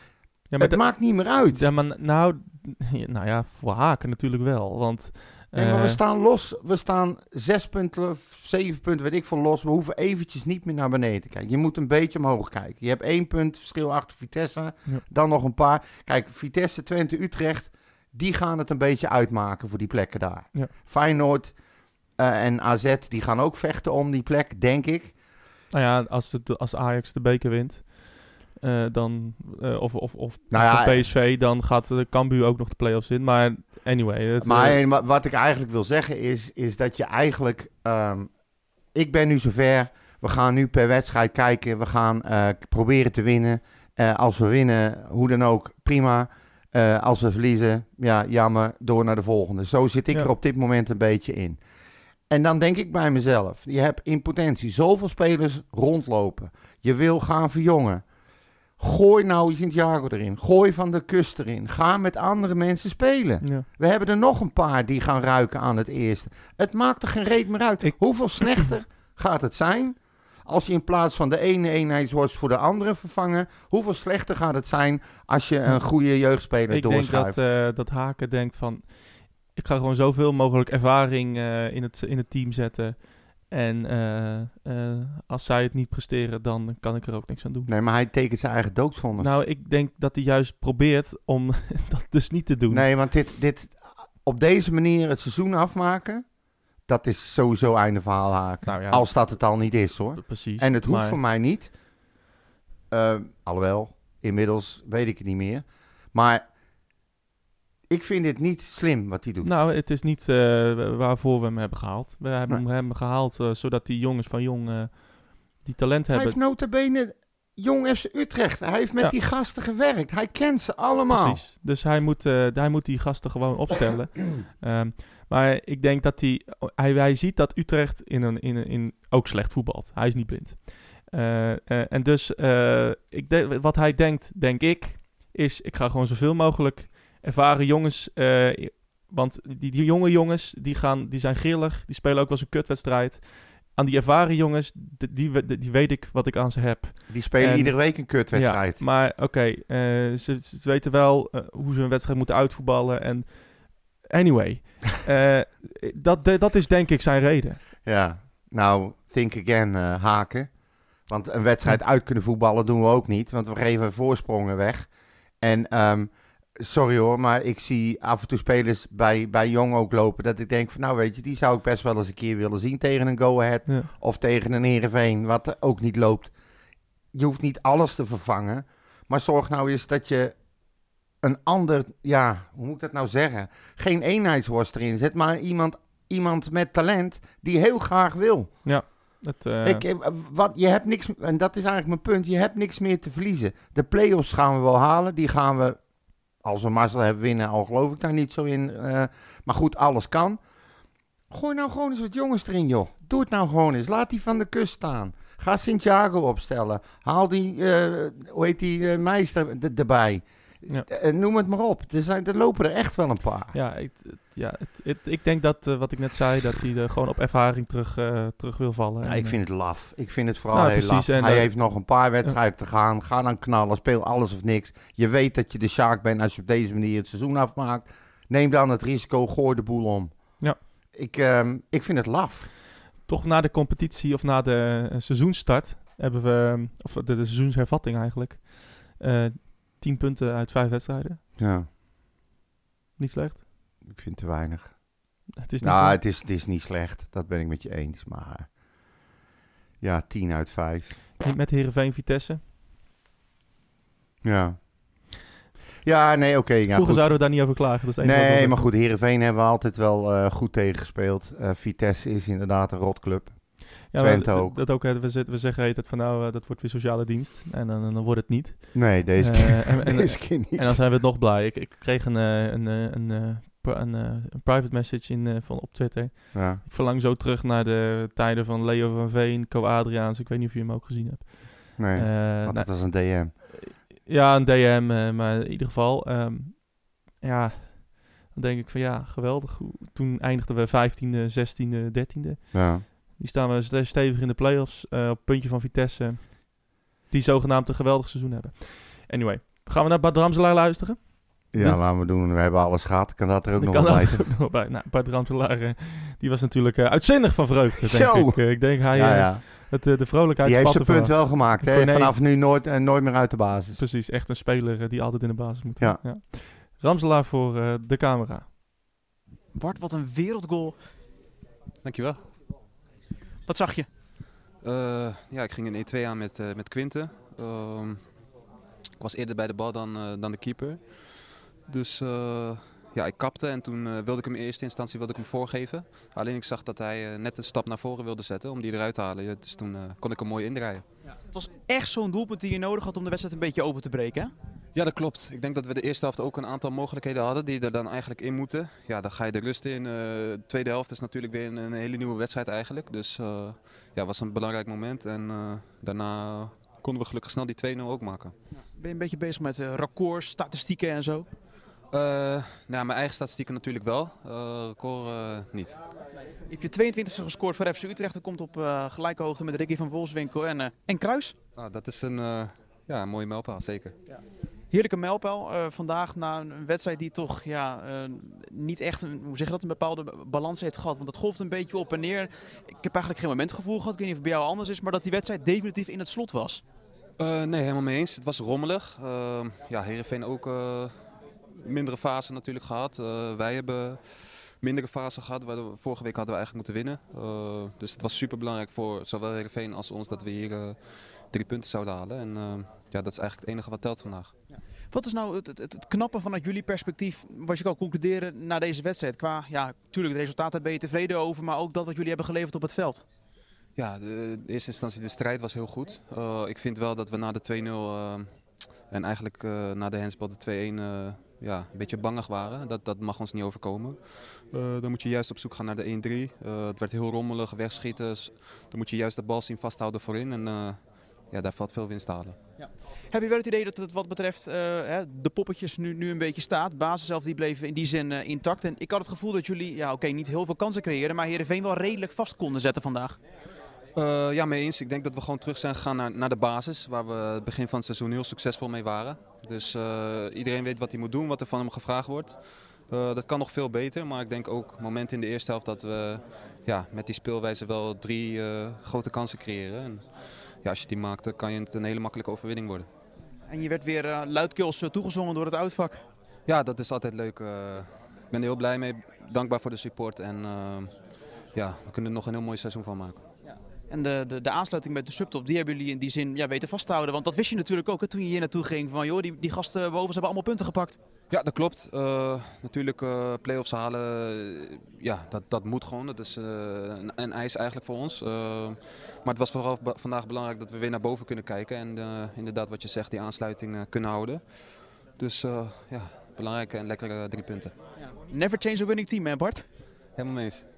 Ja, maar het da- maakt niet meer uit. Ja, maar n- nou, nou ja, voor Haken natuurlijk wel. Want Nee, maar eh, we staan los. We staan zes punten, of zeven punten, weet ik veel, los. We hoeven eventjes niet meer naar beneden te kijken. Je moet een beetje omhoog kijken. Je hebt één punt verschil achter Vitesse. Ja. Dan nog een paar. Kijk, Vitesse, Twente, Utrecht, die gaan het een beetje uitmaken voor die plekken daar. Ja. Feyenoord uh, en A Z, die gaan ook vechten om die plek, denk ik. nou ja, als, het, als Ajax de beker wint, eh, dan, eh, of, of, of Nou ja, van P S V, dan gaat de Cambuur ook nog de play-offs in. Maar anyway. Het, Maar eh, en wa- wat ik eigenlijk wil zeggen is, is dat je eigenlijk... Um, ik ben nu zover. We gaan nu per wedstrijd kijken. We gaan uh, proberen te winnen. Uh, als we winnen, hoe dan ook, prima. Uh, als we verliezen, ja, jammer, door naar de volgende. Zo zit ik Ja. er op dit moment een beetje in. En dan denk ik bij mezelf, je hebt in potentie zoveel spelers rondlopen. Je wil gaan verjongen. Gooi nou Santiago erin. Gooi Van der Kust erin. Ga met andere mensen spelen. ja. We hebben er nog een paar die gaan ruiken aan het eerste. Het maakt er geen reet meer uit. Ik- Hoeveel slechter gaat het zijn als je in plaats van de ene eenheidsworst voor de andere vervangen? Hoeveel slechter gaat het zijn als je een goede jeugdspeler Ik denk doorschuift? dat, eh, dat Haken denkt van, ik ga gewoon zoveel mogelijk ervaring eh, in, het, in het team zetten. En eh, eh, als zij het niet presteren, dan kan ik er ook niks aan doen. Nee, maar hij tekent zijn eigen doodsvonnis. Nou, ik denk dat hij juist probeert om dat dus niet te doen. Nee, want dit, dit, op deze manier het seizoen afmaken, dat is sowieso einde verhaal Haken. Nou ja, Als dat het al niet is, hoor. precies. En het hoeft maar- voor mij niet. Uh, alhoewel, inmiddels weet ik het niet meer. Maar ik vind dit niet slim wat hij doet. Nou, het is niet uh, waarvoor we hem hebben gehaald. We hebben Nee. hem gehaald uh, zodat die jongens van Jong uh, die talent hij hebben. heeft nota bene Jong F C Utrecht. Hij heeft met Ja. die gasten gewerkt. Hij kent ze allemaal. Precies. Dus hij moet, uh, hij moet die gasten gewoon opstellen. um, maar ik denk dat hij, hij... Hij ziet dat Utrecht in een, in een, in ook slecht voetbalt. Hij is niet blind. Uh, uh, en dus uh, ik de, wat hij denkt, denk ik, is ik ga gewoon zoveel mogelijk ervaren jongens... Uh, want die, die jonge jongens, die, gaan, die zijn grillig. Die spelen ook wel eens een kutwedstrijd. Aan die ervaren jongens, die, die, die weet ik wat ik aan ze heb. Die spelen En, iedere week een kutwedstrijd. Ja, maar oké, okay, uh, ze, ze weten wel uh, hoe ze een wedstrijd moeten uitvoetballen. En anyway, uh, dat, de, dat is denk ik zijn reden. Ja, nou, think again, uh, Haken. Want een wedstrijd uit kunnen voetballen doen we ook niet. Want we geven voorsprongen weg. En um, sorry hoor, maar ik zie af en toe spelers bij, bij Jong ook lopen. Dat ik denk van nou weet je, die zou ik best wel eens een keer willen zien tegen een Go Ahead. Ja. Of tegen een Heerenveen, wat er ook niet loopt. Je hoeft niet alles te vervangen. Maar zorg nou eens dat je een ander, ja, hoe moet ik dat nou zeggen? Geen eenheidsworst erin zet, maar iemand, iemand met talent die heel graag wil. Ja. Het, uh... Ik, wat, je hebt niks, en dat is eigenlijk mijn punt, je hebt niks meer te verliezen. De play-offs gaan we wel halen, die gaan we, als we mazzel hebben, winnen, al geloof ik daar niet zo in. Uh, maar goed, alles kan. Gooi nou gewoon eens wat jongens erin, joh. Doe het nou gewoon eens. Laat die Van der Kust staan. Ga Santiago opstellen. Haal die, uh, hoe heet die, uh, Meister d- erbij. Ja. Uh, noem het maar op. Er, zijn, er lopen er echt wel een paar. Ja, ik, ja het, het, ik denk dat, uh, wat ik net zei, dat hij er gewoon op ervaring terug, uh, terug wil vallen. Ja, en, ik vind het laf. Ik vind het vooral nou, heel precies, laf. en, Hij uh, heeft nog een paar wedstrijden ja. te gaan. Ga dan knallen. Speel alles of niks. Je weet dat je de Sjaak bent als je op deze manier het seizoen afmaakt. Neem dan het risico. Gooi de boel om. Ja. Ik, um, ik vind het laf. Toch na de competitie of na de uh, seizoenstart hebben we, of de, de seizoenshervatting eigenlijk, uh, tien punten uit vijf wedstrijden. Ja. Niet slecht. Ik vind te weinig. Het is niet nou, slecht. het is, het is niet slecht. Dat ben ik met je eens. Maar ja, tien uit vijf. Niet met Heerenveen Vitesse. Ja. Ja, nee, oké. Okay, ja, Vroeger goed. zouden we daar niet over klagen. Dat is nee, maar goed, Heerenveen hebben we altijd wel uh, goed tegengespeeld. Uh, Vitesse is inderdaad een rotclub. Ja, Twente maar, ook. Dat ook. We, zet, we zeggen heet het van nou, uh, dat wordt weer sociale dienst. En dan, dan wordt het niet. Nee, deze, uh, keer, en, en, deze keer niet. En dan zijn we het nog blij. Ik, ik kreeg een, uh, een, uh, een, uh, een, uh, een private message in, uh, van, op Twitter. Ja. Ik verlang zo terug naar de tijden van Leo van Veen, Co Adriaans. Ik weet niet of je hem ook gezien hebt. Nee, uh, want dat was een D M. Ja, een D M, uh, maar in ieder geval. Um, ja, dan denk ik van ja, geweldig. Toen eindigden we vijftiende, zestiende, dertiende. Ja. Die staan we stevig in de play-offs. Uh, op puntje van Vitesse. Die zogenaamd een geweldig seizoen hebben. Anyway, Gaan we naar Bart Ramselaar luisteren? Ja, Ja. laten we doen. We hebben alles gehad. Kan dat er ook Ik nog kan wel bij dat ook nog wel bij. Nou, Bart Ramselaar, uh, die was natuurlijk uh, uitzinnig van vreugde, denk Zo. ik. Uh, ik denk hij Ja, uh, ja. het, uh, de vrolijkheid Die heeft zijn spatte punt vanaf. wel gemaakt. Hè? Corné. Vanaf nu nooit, uh, nooit meer uit de basis. Precies, echt een speler uh, die altijd in de basis moet. Ja. ja. Ramselaar voor uh, de camera. Bart, wat een wereldgoal. Dankjewel. Wat zag je? Uh, ja, ik ging in één twee aan met, uh, met Quinte. Um, ik was eerder bij de bal dan, uh, dan de keeper. Dus uh, ja, ik kapte en toen uh, wilde ik hem in eerste instantie wilde ik hem voorgeven. Alleen ik zag dat hij uh, net een stap naar voren wilde zetten om die eruit te halen. Ja, dus toen uh, kon ik hem mooi indraaien. Ja. Het was echt zo'n doelpunt die je nodig had om de wedstrijd een beetje open te breken, hè? Ja, dat klopt. Ik denk dat we de eerste helft ook een aantal mogelijkheden hadden die er dan eigenlijk in moeten. Ja, dan ga je de rust in. Uh, de tweede helft is natuurlijk weer een, een hele nieuwe wedstrijd eigenlijk. Dus uh, ja, was een belangrijk moment. En uh, daarna konden we gelukkig snel die twee nul ook maken. Ben je een beetje bezig met uh, records, statistieken en zo? Uh, nou, mijn eigen statistieken natuurlijk wel. Uh, record uh, niet. Je hebt je tweeëntwintigste gescoord voor F C Utrecht. Dat komt op uh, gelijke hoogte met Ricky van Wolfswinkel en, uh, en Kruis. Ah, dat is een, uh, ja, een mooie mijlpaal, zeker. Ja. Heerlijke mijlpaal. Uh, vandaag na een wedstrijd die toch ja, uh, niet echt een, hoe zeg je dat, een bepaalde balans heeft gehad. Want het golft een beetje op en neer. Ik heb eigenlijk geen momentgevoel gehad. Ik weet niet of het bij jou anders is. Maar dat die wedstrijd definitief in het slot was. Uh, nee, helemaal mee eens. Het was rommelig. Uh, ja, Heerenveen ook uh, mindere fase natuurlijk gehad. Uh, wij hebben mindere fase gehad. Waardoor, vorige week hadden we eigenlijk moeten winnen. Uh, dus het was super belangrijk voor zowel Heerenveen als ons dat we hier uh, drie punten zouden halen. En uh, ja, dat is eigenlijk het enige wat telt vandaag. Ja. Wat is nou het, het, het knappe vanuit jullie perspectief, wat je kan concluderen na deze wedstrijd? Qua, ja, natuurlijk het resultaat, daar ben je tevreden over, maar ook dat wat jullie hebben geleverd op het veld. Ja, de, de eerste instantie de strijd was heel goed. Uh, ik vind wel dat we na de twee nul uh, en eigenlijk uh, na de handsbal de twee-een uh, ja, een beetje bangig waren. Dat, dat mag ons niet overkomen. Uh, dan moet je juist op zoek gaan naar de één drie. Uh, het werd heel rommelig, wegschieten. Dan moet je juist de bal zien vasthouden voorin. En uh, ja, daar valt veel winst te halen. Ja. Heb je wel het idee dat het wat betreft uh, hè, de poppetjes nu, nu een beetje staat? Basis zelf die bleven in die zin uh, intact. En ik had het gevoel dat jullie, ja oké, okay, niet heel veel kansen creëren, maar Heerenveen wel redelijk vast konden zetten vandaag. Uh, ja, mee eens. Ik denk dat we gewoon terug zijn gegaan naar, naar de basis, waar we het begin van het seizoen heel succesvol mee waren. Dus uh, iedereen weet wat hij moet doen, wat er van hem gevraagd wordt. Uh, dat kan nog veel beter, maar ik denk ook momenten in de eerste helft dat we ja, met die speelwijze wel drie uh, grote kansen creëren. En ja, als je die maakt, dan kan je het een hele makkelijke overwinning worden. En je werd weer uh, luidkeels uh, toegezongen door het uitvak. Ja, dat is altijd leuk. Uh, ik ben er heel blij mee, dankbaar voor de support en uh, ja, we kunnen er nog een heel mooi seizoen van maken. En de, de, de aansluiting met de subtop, die hebben jullie in die zin ja, weten vast te houden. Want dat wist je natuurlijk ook hè, toen je hier naartoe ging. Van joh, die, die gasten boven ze hebben allemaal punten gepakt. Ja, dat klopt. Uh, natuurlijk uh, play-offs halen, uh, ja, dat, dat moet gewoon. Dat is uh, een, een eis eigenlijk voor ons. Uh, maar het was vooral ba- vandaag belangrijk dat we weer naar boven kunnen kijken. En uh, inderdaad wat je zegt, die aansluiting uh, kunnen houden. Dus uh, ja, belangrijke en lekkere drie punten. Ja. Never change a winning team, hè Bart? Helemaal mee eens.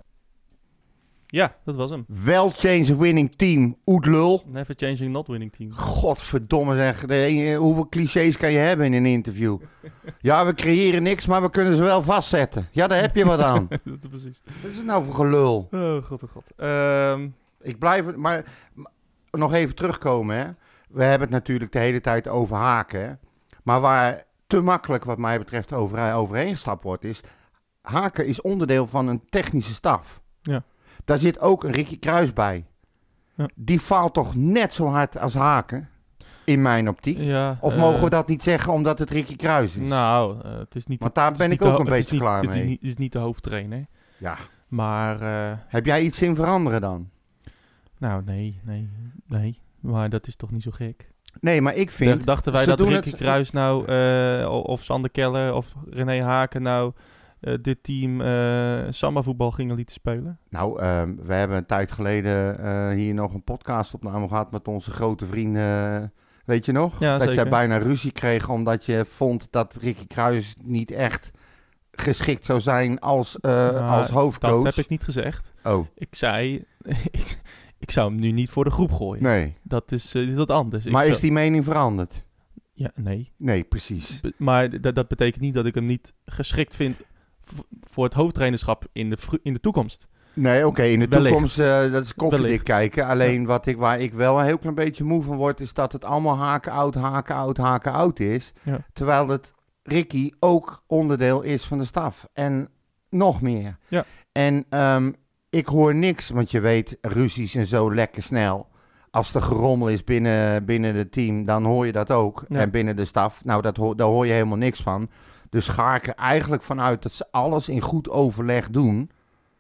Ja, dat was hem. Wel change a winning team, oetlul. Never changing not winning team. Godverdomme zeg, de ene- hoeveel clichés kan je hebben in een interview? Ja, we creëren niks, maar we kunnen ze wel vastzetten. Ja, daar heb je wat aan. Dat is precies. Wat is het nou voor gelul? Oh god, oh god. Ehm, Ik blijf, maar maar nog even terugkomen, hè. We hebben het natuurlijk de hele tijd over Haken, hè. Maar waar te makkelijk wat mij betreft over, overheen gestapt wordt, is Haken is onderdeel van een technische staf. Ja. Daar zit ook een Ricky Kruis bij. Ja. Die faalt toch net zo hard als Haken, in mijn optiek. ja, Of eh, mogen we dat niet zeggen omdat het Ricky Kruis is? Nou, uh, het is niet... Want daar het is ben niet ik de ook ho- een het is beetje niet- klaar het mee. Is niet, het is niet de hoofdtrainer. Ja. Maar, uh, Heb jij iets in veranderen dan? nou nee, nee, nee. Maar dat is toch niet zo gek. Nee, maar ik vind... D- Dachten wij ze dat doen Ricky het- Kruis nou, uh, o- of Sander Keller of René Haken nou uh, dit team uh, samba-voetbal gingen lieten spelen? Nou, uh, we hebben een tijd geleden uh, hier nog een podcastopname gehad met onze grote vrienden. Uh, weet je nog? Ja, dat zeker. jij bijna ruzie kreeg omdat je vond dat Ricky Kruis niet echt geschikt zou zijn als, uh, Nou, als hoofdcoach. Dat heb ik niet gezegd. Oh, Ik zei, ik, ik zou hem nu niet voor de groep gooien. nee. Dat is, uh, is wat anders. Ik Maar zou- is die mening veranderd? Ja, nee. Nee, precies. Be- maar d- dat betekent niet dat ik hem niet geschikt vind v- voor het hoofdtrainerschap in de, vru- in de toekomst. Nee, oké, in de Wellicht. toekomst, uh, dat is koffiedik Wellicht. kijken. Alleen wat ik, waar ik wel een heel klein beetje moe van word, is dat het allemaal haken oud, haken oud, haken oud is. Ja. Terwijl het Ricky ook onderdeel is van de staf. En nog meer. Ja. En um, ik hoor niks, want je weet, ruzies en zo lekker snel. Als er gerommel is binnen, binnen het team, dan hoor je dat ook. Ja. En binnen de staf, nou, dat ho- daar hoor je helemaal niks van. Dus ga ik er eigenlijk vanuit dat ze alles in goed overleg doen.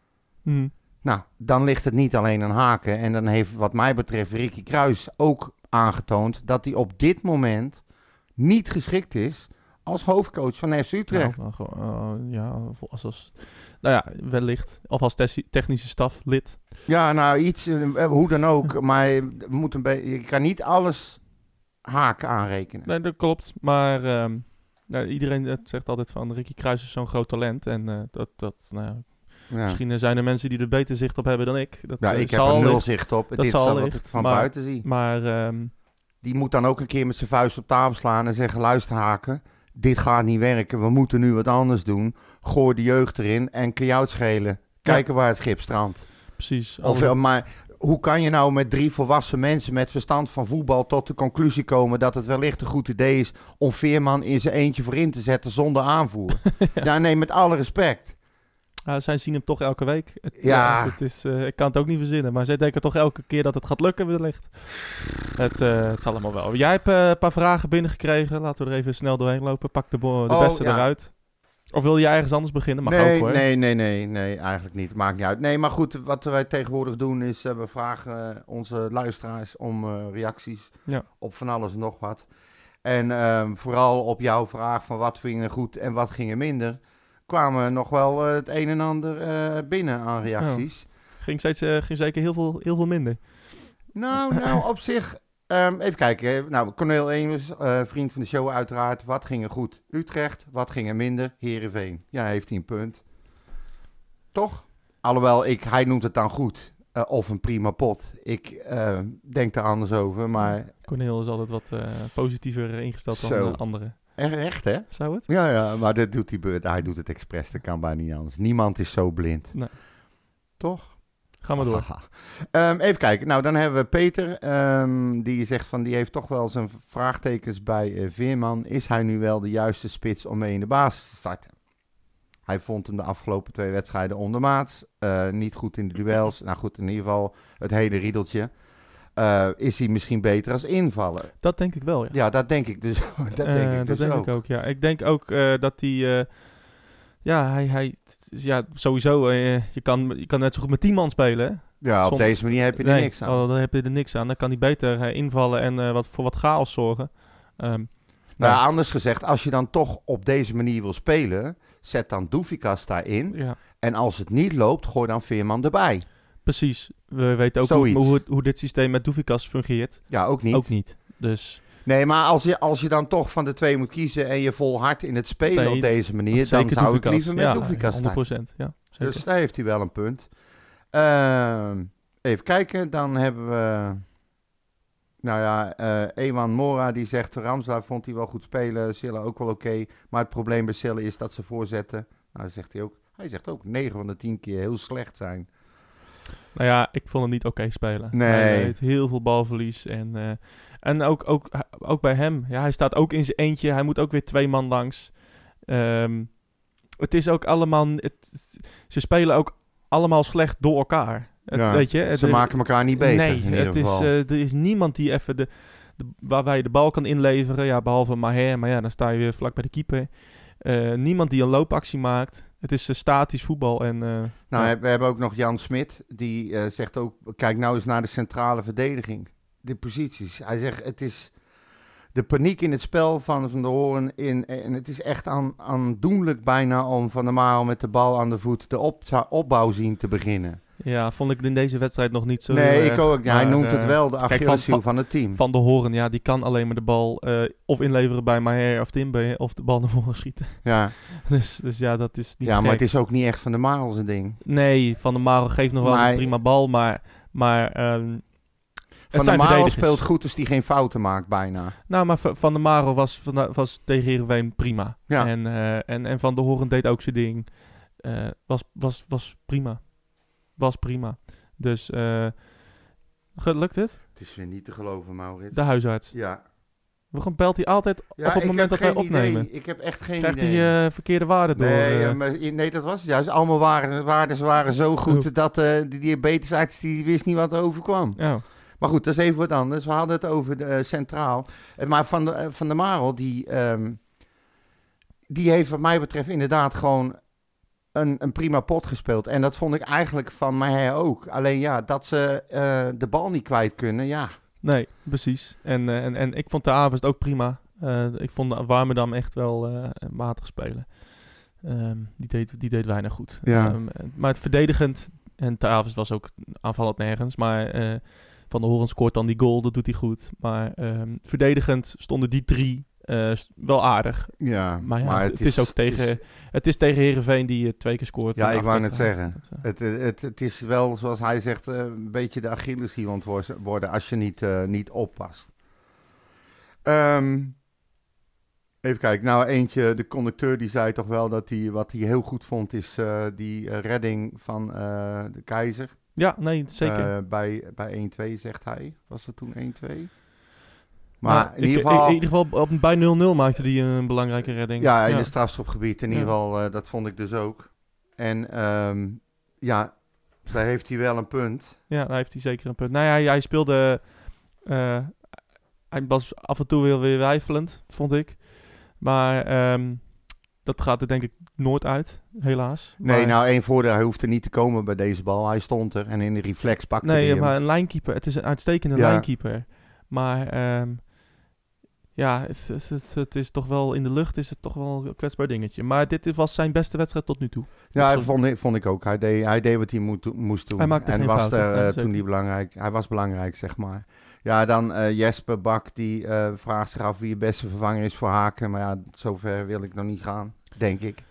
Hm. Nou, dan ligt het niet alleen aan haken. En dan heeft wat mij betreft Ricky Kruijs ook aangetoond dat hij op dit moment niet geschikt is als hoofdcoach van F C Utrecht. Nou, nou, gewoon, uh, ja, als, als, nou ja, wellicht. Of als te- technische staflid. Ja, nou iets, uh, hoe dan ook. Maar we moeten een be- je kan niet alles haken aanrekenen. Nee, dat klopt. Maar um, nou, iedereen het zegt altijd van Ricky Kruijs is zo'n groot talent. En uh, dat, dat nou, ja, Ja. misschien zijn er mensen die er beter zicht op hebben dan ik. Dat, Ja, uh, ik heb zal er nul licht. zicht op. Dat Dit is zal wat ik licht, van maar- buiten zie. Maar um, Die moet dan ook een keer met zijn vuist op tafel slaan en zeggen, luister haken, dit gaat niet werken. We moeten nu wat anders doen. Gooi de jeugd erin en kun jou het schelen. Kijken waar het schip strandt. precies. Of, Alles- uh, maar hoe kan je nou met drie volwassen mensen met verstand van voetbal tot de conclusie komen dat het wellicht een goed idee is om Veerman in zijn eentje voorin te zetten zonder aanvoer? ja. ja, nee, met alle respect. Ja, zij zien hem toch elke week. Het, Ja. het is, uh, ik kan het ook niet verzinnen. Maar zij denken toch elke keer dat het gaat lukken wellicht. Het, uh, het zal allemaal wel. Jij hebt uh, een paar vragen binnengekregen. Laten we er even snel doorheen lopen. Pak de, bo- de Oh, beste ja. eruit. Of wil je ergens anders beginnen? Mag nee, ook hoor. nee, nee, nee, nee, eigenlijk niet. Maakt niet uit. Nee, maar goed, wat wij tegenwoordig doen is, uh, we vragen uh, onze luisteraars om uh, reacties Ja. op van alles en nog wat. En uh, vooral op jouw vraag van wat ging er goed en wat ging er minder, kwamen nog wel uh, het een en ander uh, binnen aan reacties. Ging, steeds, uh, ging zeker heel veel, heel veel minder. Nou, nou, op zich, um, even kijken. hè. Nou, Cornel Eemers, uh, vriend van de show uiteraard. Wat ging er goed? Utrecht. Wat ging er minder? Heerenveen. Ja, heeft hij een punt. Toch? Alhoewel, ik, hij noemt het dan goed. Uh, of een prima pot. Ik uh, denk er anders over, maar Cornel is altijd wat uh, positiever ingesteld dan Zo. uh, anderen. echt, echt hè? Zou het? Ja, ja, maar dat doet hij, be- hij doet het expres. Dat kan bijna niet anders. Niemand is zo blind. Nee. Toch? Ga maar door. Haha. Um, even kijken. Nou, dan hebben we Peter. Um, die zegt van, die heeft toch wel zijn vraagtekens bij uh, Veerman. Is hij nu wel de juiste spits om mee in de basis te starten? Hij vond hem de afgelopen twee wedstrijden ondermaats. Uh, niet goed in de duels. Nou goed, in ieder geval het hele riedeltje. Uh, is hij misschien beter als invaller? Dat denk ik wel, ja. Ja, dat denk ik dus, dat Eh, denk ik dat dus denk ook. ik ook, ja. Ik denk ook uh, dat hij... Uh, ja, hij... hij ja, sowieso. Uh, je, kan, je kan net zo goed met tien man spelen, hè? Ja, op Zonder- deze manier heb je er nee, niks aan. oh, dan heb je er niks aan. Dan kan hij beter uh, invallen en uh, wat, voor wat chaos zorgen. Um, Nou, ja. anders gezegd, als je dan toch op deze manier wil spelen, zet dan Doefikas daarin. Ja, En als het niet loopt, gooi dan Veerman erbij. precies. We weten ook hoe, Zoiets. hoe, hoe dit systeem met Doefikas fungeert. Ja, ook niet. Ook niet. Dus Nee, maar als je, als je dan toch van de twee moet kiezen en je volhardt in het spelen Nee, op deze manier, dan zeker zou ik Doefikas. liever met ja, Doefikas honderd staan. procent. Ja, zeker. Dus daar heeft hij wel een punt. Ehm, even kijken, dan hebben we... Nou ja, eh Ewan Mora die zegt, Ramselaar vond hij wel goed spelen, Sille ook wel oké. Okay, maar het probleem bij Sille is dat ze voorzetten. Nou, dat zegt hij ook. Hij zegt ook negen van de tien keer heel slecht zijn. Nou ja, ik vond hem niet oké spelen. Nee. Hij heeft heel veel balverlies. En, uh, en ook, ook, ook bij hem. Ja, hij staat ook in zijn eentje. Hij moet ook weer twee man langs. Um, het is ook allemaal... Het, het, ze spelen ook allemaal slecht door elkaar. Het, Ja, weet je, het, ze er, maken elkaar niet beter nee, in ieder het is, geval. uh, er is niemand die even de, de... Waarbij je de bal kan inleveren. Ja, behalve Maher. Maar ja, dan sta je weer vlak bij de keeper. Uh, niemand die een loopactie maakt. Het is uh, statisch voetbal. En, uh, nou, ja. we hebben ook nog Jan Smit. Die uh, zegt ook, kijk nou eens naar de centrale verdediging. De posities. Hij zegt, het is de paniek in het spel van Van der Hoorn. In, en het is echt aan, aandoenlijk bijna om Van der Marel met de bal aan de voet de op, opbouw zien te beginnen. Ja, vond ik in deze wedstrijd nog niet zo... Nee, uh, ik ook. Ja, hij maar, noemt uh, het wel de Achilleshiel van, van, van het team. Van de Hoorn, ja, die kan alleen maar de bal uh, of inleveren bij Maher of Timber of de bal naar voren schieten. Ja, dus, dus ja, dat is niet ja gek. maar het is ook niet echt Van der Marel zijn ding. Nee, Van der Marel geeft nog wel eens Maar- een prima bal, maar... maar um, Van der Marel speelt goed als hij geen fouten maakt bijna. Nou, maar V- Van der Marel was, van, was tegen Heerenveen prima. Ja. En, uh, en, en Van der Hoorn deed ook zijn ding. Uh, was, was, was prima. was prima. Dus uh, lukt het? Het is weer niet te geloven, Maurits. De huisarts. Ja. Waarom belt hij altijd Ja, op het moment dat wij opnemen? Idee. Ik heb echt geen Krijgt idee. Krijgt hij uh, verkeerde waarden door? Nee, uh... uh, maar, nee, dat was het juist. Allemaal waarden, waarden waren zo goed oh. dat uh, die diabetesarts die wist niet wat er overkwam. Oh. Maar goed, dat is even wat anders. We hadden het over de, uh, Centraal. Uh, maar Van de, uh, van de Marel, die, um, die heeft wat mij betreft inderdaad gewoon een, een prima pot gespeeld. En dat vond ik eigenlijk van mij ook. Alleen ja, dat ze uh, de bal niet kwijt kunnen, ja. Nee, precies. En, uh, en, en ik vond de avond ook prima. Uh, ik vond Warmerdam echt wel uh, matig spelen. Um, die, deed, die deed weinig goed. Ja. Um, maar het verdedigend, en de avond was ook aanvallend nergens, maar uh, Van der Hoorn scoort dan die goal, dat doet hij goed. Maar um, verdedigend stonden die drie uh, wel aardig. Ja, maar, ja, maar het, het is, is ook tegen, het is, het is tegen Heerenveen die uh, twee keer scoort. Ja, ik wou net zeggen. Dat, uh, het, het, het is wel, zoals hij zegt, uh, een beetje de Achilleshiel worden als je niet, uh, niet oppast. Um, even kijken, nou eentje, de conducteur die zei toch wel dat hij, wat hij heel goed vond is uh, die uh, redding van uh, de Keizer. Ja, nee, zeker. Uh, bij, bij één twee zegt hij. Was dat toen één twee? Maar nou, in, ieder ik, geval, in ieder geval op, bij nul nul maakte hij een belangrijke redding. Ja, in ja. het strafschopgebied. In ja. ieder geval, uh, dat vond ik dus ook. En um, ja, daar heeft hij wel een punt. Ja, daar heeft hij zeker een punt. Nou ja, hij, hij speelde... Uh, hij was af en toe weer, weer weifelend, vond ik. Maar um, dat gaat er denk ik nooit uit, helaas. Nee, maar, nou één voordeel, hij hoefde niet te komen bij deze bal. Hij stond er en in de reflex pakte nee, hij hem. Nee, maar een lijnkeeper, het is een uitstekende ja. lijnkeeper. Maar um, ja, het, het, het, het is toch wel in de lucht, is het toch wel een kwetsbaar dingetje. Maar dit was zijn beste wedstrijd tot nu toe. Ja, dat vond ik, vond ik ook. Hij deed, hij deed wat hij moet, moest doen. Hij maakte en geen was fouten. er uh, Ja, toen hij belangrijk, hij was belangrijk, zeg maar. Ja, dan uh, Jesper Bak, die uh, vraagt zich af wie je beste vervanger is voor Haken. Maar ja, zover wil ik nog niet gaan, denk ik.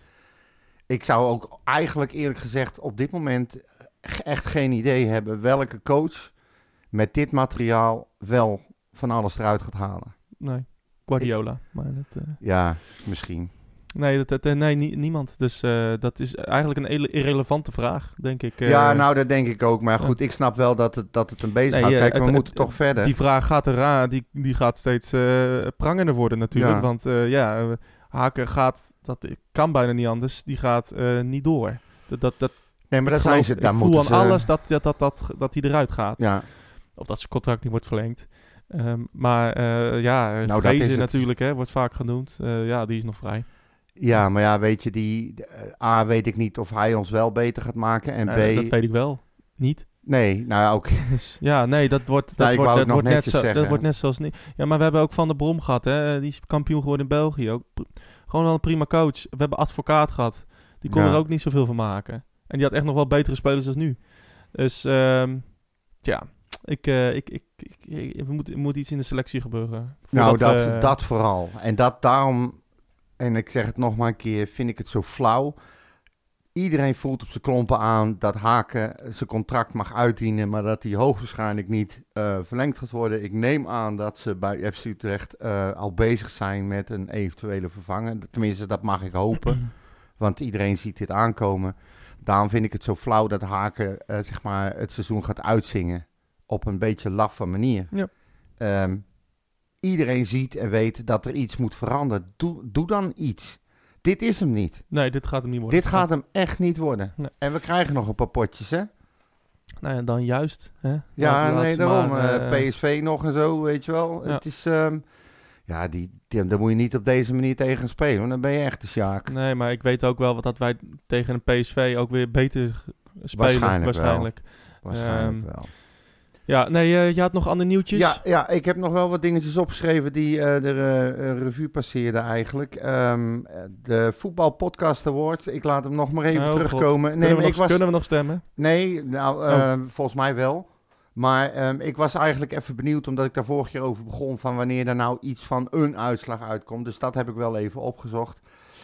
Ik zou ook eigenlijk eerlijk gezegd op dit moment echt geen idee hebben welke coach met dit materiaal wel van alles eruit gaat halen. Nee, Guardiola. Ik, maar dat, uh... Ja, misschien. Nee, dat, dat, nee nie, niemand. Dus uh, dat is eigenlijk een irrelevante vraag, denk ik. Uh, ja, nou, dat denk ik ook. Maar goed, ja. ik snap wel dat het, dat het een bezig nee, gaat. Kijk, het, we het, moeten het, toch verder. Die vraag gaat eraan, die, die gaat steeds uh, prangender worden natuurlijk. Ja. Want uh, ja, uh, Haken gaat, dat kan bijna niet anders, die gaat uh, niet door. Dat, dat, dat, nee, maar dat zijn ze. Ik daar voel aan ze... alles dat, dat, dat, dat, dat hij eruit gaat. Ja. Of dat zijn contract niet wordt verlengd. Um, maar uh, ja, nou, Vrezen natuurlijk, hè, wordt vaak genoemd. Uh, ja, die is nog vrij. Ja, maar ja, weet je, die uh, A, weet ik niet of hij ons wel beter gaat maken. En uh, B... Dat weet ik wel. Niet. Nee, nou ook. Dus, ja, nee, dat wordt, dat nou, wordt, dat wordt, net, zo, zeggen. dat wordt net zoals... Nie- ja, maar we hebben ook Van der Brom gehad, hè. Die is kampioen geworden in België. Ook pr- gewoon al een prima coach. We hebben Advocaat gehad. Die kon ja. er ook niet zoveel van maken. En die had echt nog wel betere spelers dan nu. Dus, um, ja... Ik, uh, ik, ik, ik, ik, er moet, er moet iets in de selectie gebeuren. Nou, dat, we... dat vooral. En dat daarom, en ik zeg het nog maar een keer, vind ik het zo flauw. Iedereen voelt op zijn klompen aan dat Haken zijn contract mag uitdienen, maar dat hij hoogstwaarschijnlijk niet uh, verlengd gaat worden. Ik neem aan dat ze bij F C Utrecht uh, al bezig zijn met een eventuele vervanger. Tenminste, dat mag ik hopen, want iedereen ziet dit aankomen. Daarom vind ik het zo flauw dat Haken uh, zeg maar het seizoen gaat uitzingen. Op een beetje laffe manier. Ja. Um, iedereen ziet en weet dat er iets moet veranderen. Doe, doe dan iets. Dit is hem niet. Nee, dit gaat hem niet worden. Dit gaat hem echt niet worden. Nee. En we krijgen nog een paar potjes, hè? Nou ja, dan juist. Hè? Ja, ja nee, daarom. Maar, uh, P S V nog en zo, weet je wel. Ja. Het is... Um, ja, die, die, daar moet je niet op deze manier tegen spelen. Want dan ben je echt de sjaak. Nee, maar ik weet ook wel dat wij tegen een P S V ook weer beter spelen. Waarschijnlijk, waarschijnlijk. Wel. Waarschijnlijk um, wel. Ja, nee, uh, je had nog andere nieuwtjes? Ja, ja, ik heb nog wel wat dingetjes opgeschreven die uh, de uh, revue passeerden eigenlijk. Um, de Voetbal Podcast Award, ik laat hem nog maar even oh, terugkomen. Nee, kunnen, we maar nog, ik was... kunnen we nog stemmen? Nee, nou, uh, oh. volgens mij wel. Maar um, ik was eigenlijk even benieuwd, omdat ik daar vorige keer over begon, van wanneer er nou iets van een uitslag uitkomt. Dus dat heb ik wel even opgezocht.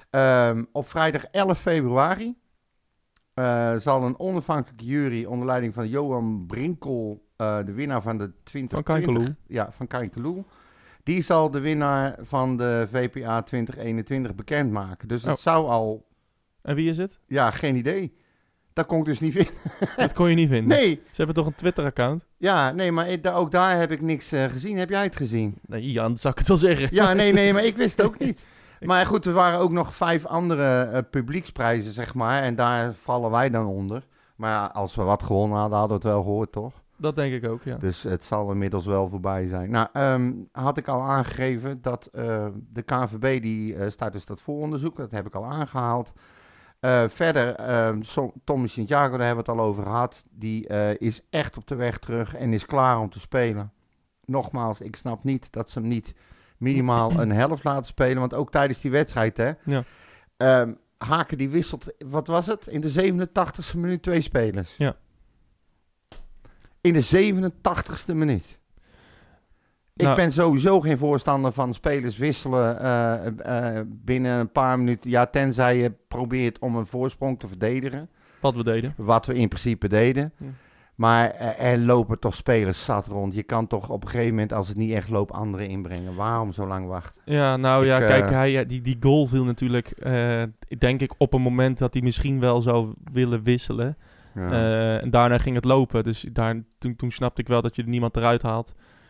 Um, op vrijdag elf februari uh, zal een onafhankelijke jury onder leiding van Johan Brinkel... Uh, de winnaar van de twintig twintig... Van ja, van Kijkeloel. Die zal de winnaar van de V P A twintig eenentwintig bekendmaken. Dus het oh. zou al... En wie is het? Ja, geen idee. Dat kon ik dus niet vinden. Dat kon je niet vinden. Nee, Ze hebben toch een Twitter-account? ja, nee, maar ik, da- ook daar heb ik niks uh, gezien. Heb jij het gezien? Nee, Jan, dat zou ik het wel zeggen. Ja, nee, nee, maar ik wist het ook niet. Maar goed, er waren ook nog vijf andere uh, publieksprijzen, zeg maar. En daar vallen wij dan onder. Maar ja, als we wat gewonnen hadden, hadden we het wel gehoord, toch? Dat denk ik ook, ja. Dus het zal inmiddels wel voorbij zijn. Nou, um, had ik al aangegeven dat uh, de K N V B, die uh, staat dus dat vooronderzoek. Dat heb ik al aangehaald. Uh, verder, uh, so- Tommy Santiago, daar hebben we het al over gehad. Die uh, is echt op de weg terug en is klaar om te spelen. Nogmaals, ik snap niet dat ze hem niet minimaal een helft laten spelen. Want ook tijdens die wedstrijd, hè. Ja. Um, Haken die wisselt, wat was het? In de zevenentachtigste minuut twee spelers. Ja. In de zevenentachtigste minuut. Ik Nou, ben sowieso geen voorstander van spelers wisselen uh, uh, binnen een paar minuten. Ja, tenzij je probeert om een voorsprong te verdedigen. Wat we deden. Wat we in principe deden. Ja. Maar uh, er lopen toch spelers zat rond. Je kan toch op een gegeven moment, als het niet echt loopt, anderen inbrengen. Waarom zo lang wachten? Ja, nou Ik, ja, uh, kijk, hij, die, die goal viel natuurlijk, uh, denk ik, op een moment dat hij misschien wel zou willen wisselen. Ja. Uh, en daarna ging het lopen. Dus daar, toen, toen snapte ik wel dat je er niemand eruit haalt.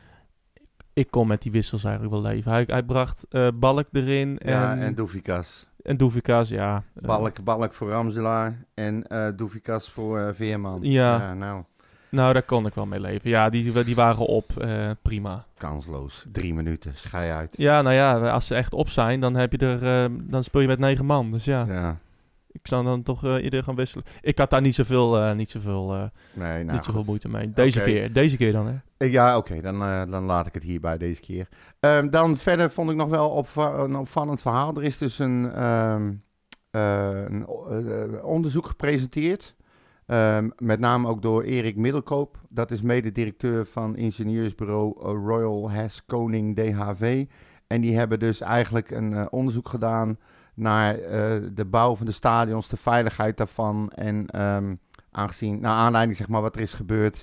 Ik kon met die wissels eigenlijk wel leven. Hij, hij bracht uh, Balk erin. ja, en, en Doefikas. en Doefikas, ja. Uh, Balk, Balk voor Ramselaar en uh, Doefikas voor uh, Veerman. Ja. ja, nou, Nou, daar kon ik wel mee leven. Ja, die, die waren op. Uh, prima. kansloos. Drie minuten, schei uit. Ja, nou ja, als ze echt op zijn, dan, heb je er, uh, dan speel je met negen man. Dus ja, Ja, ik zou dan toch uh, iedereen gaan wisselen. Ik had daar niet zoveel, uh, niet zoveel, uh, nee, nou niet zoveel goed. moeite mee. Deze Oké. keer, deze keer dan, hè. Eh, Ja, oké, okay, dan, uh, dan laat ik het hierbij deze keer. Um, dan verder vond ik nog wel opva- een opvallend verhaal. Er is dus een, um, uh, een uh, onderzoek gepresenteerd. Um, met name ook door Erik Middelkoop. Dat is mededirecteur van ingenieursbureau Royal Hess Koning D H V. En die hebben dus eigenlijk een uh, onderzoek gedaan naar uh, de bouw van de stadions, de veiligheid daarvan. En um, aangezien, naar aanleiding zeg maar wat er is gebeurd.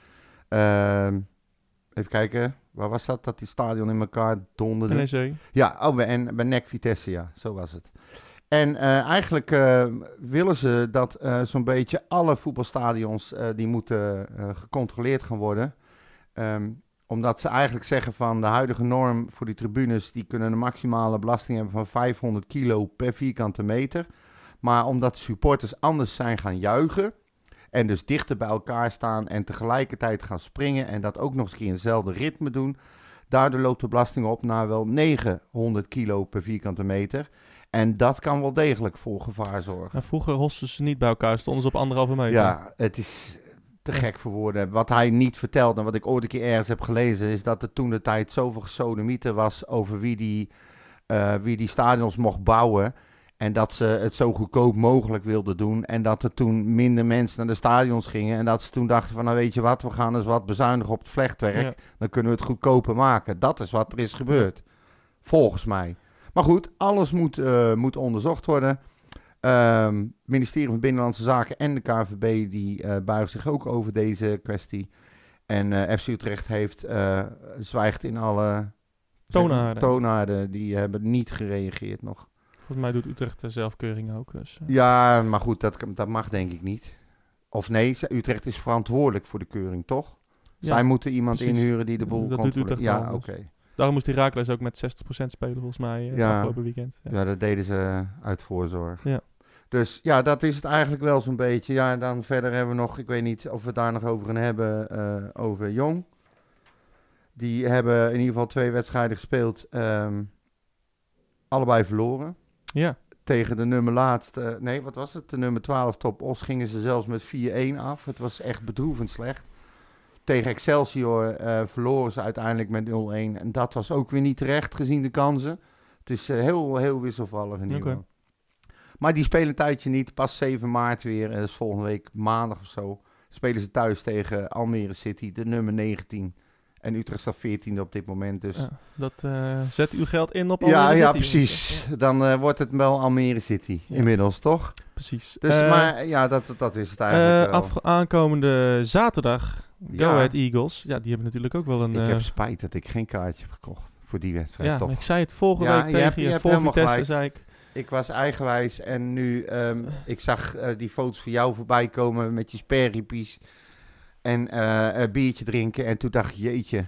Um, even kijken, waar was dat? Dat die stadion in elkaar donderde. N E C. Ja, oh, bij, en, bij N E C Vitesse, ja, zo was het. En uh, eigenlijk uh, willen ze dat uh, zo'n beetje alle voetbalstadions uh, die moeten uh, gecontroleerd gaan worden. Um, omdat ze eigenlijk zeggen van de huidige norm voor die tribunes, die kunnen een maximale belasting hebben van vijfhonderd kilo per vierkante meter. Maar omdat supporters anders zijn gaan juichen en dus dichter bij elkaar staan en tegelijkertijd gaan springen en dat ook nog eens een keer in hetzelfde ritme doen, daardoor loopt de belasting op naar wel negenhonderd kilo per vierkante meter. En dat kan wel degelijk voor gevaar zorgen. Nou, vroeger hosten ze niet bij elkaar, stonden ze op anderhalve meter. Ja, het is te gek voor woorden. Wat hij niet vertelt en wat ik ooit een keer ergens heb gelezen, is dat er toen de tijd zoveel gesodemieter was over wie die, uh, wie die stadions mocht bouwen. En dat ze het zo goedkoop mogelijk wilden doen. En dat er toen minder mensen naar de stadions gingen. En dat ze toen dachten van, nou weet je wat, we gaan eens wat bezuinigen op het vlechtwerk. Ja. Dan kunnen we het goedkoper maken. Dat is wat er is gebeurd. Volgens mij. Maar goed, alles moet, uh, moet onderzocht worden. Um, het ministerie van Binnenlandse Zaken en de K N V B die uh, buigen zich ook over deze kwestie. En uh, F C Utrecht heeft uh, zwijgt in alle Toonaarden. toonaarden. Die hebben niet gereageerd nog. Volgens mij doet Utrecht de zelfkeuring ook. Dus, uh. Ja, maar goed, dat, dat mag denk ik niet. Of nee, Utrecht is verantwoordelijk voor de keuring, toch? Ja, Zij moeten iemand precies. inhuren die de boel Dat doet controleert. Utrecht Ja, wel, oké. dus. Daarom moest Heracles ook met zestig procent spelen volgens mij uh, Ja. het afgelopen weekend. Ja. Ja, dat deden ze uit voorzorg. Ja. Dus ja, dat is het eigenlijk wel zo'n beetje. Ja, en dan verder hebben we nog, ik weet niet of we het daar nog over gaan hebben, uh, over Jong. Die hebben in ieder geval twee wedstrijden gespeeld. Um, allebei verloren. Ja. Tegen de nummer laatste, nee, wat was het? De nummer twaalf Top Os gingen ze zelfs met vier-een af. Het was echt bedroevend slecht. Tegen Excelsior uh, verloren ze uiteindelijk met nul-een. En dat was ook weer niet terecht gezien de kansen. Het is uh, heel, heel wisselvallig in ieder geval. Okay. Maar die spelen een tijdje niet. Pas zeven maart weer. Dat is volgende week maandag of zo. Spelen ze thuis tegen Almere City, de nummer negentien. En Utrecht staat veertiende op dit moment. Dus Ja, dat uh, zet uw geld in op Almere ja, City. ja, precies. Dan uh, wordt het wel Almere City. Ja. Inmiddels, toch? Precies. Dus, Uh, maar ja, dat, dat is het eigenlijk uh, wel. af, aankomende zaterdag, Go Ja. Ahead Eagles. Ja, die hebben natuurlijk ook wel een... Ik uh, heb spijt dat ik geen kaartje heb gekocht voor die wedstrijd, ja, toch? ik zei het vorige Ja, week je hebt- tegen je je, hebt voor helemaal Vitesse, gelijk. zei ik... Ik was eigenwijs en nu, um, ik zag uh, die foto's van jou voorbij komen met je sperriepies en uh, een biertje drinken. En toen dacht ik, jeetje,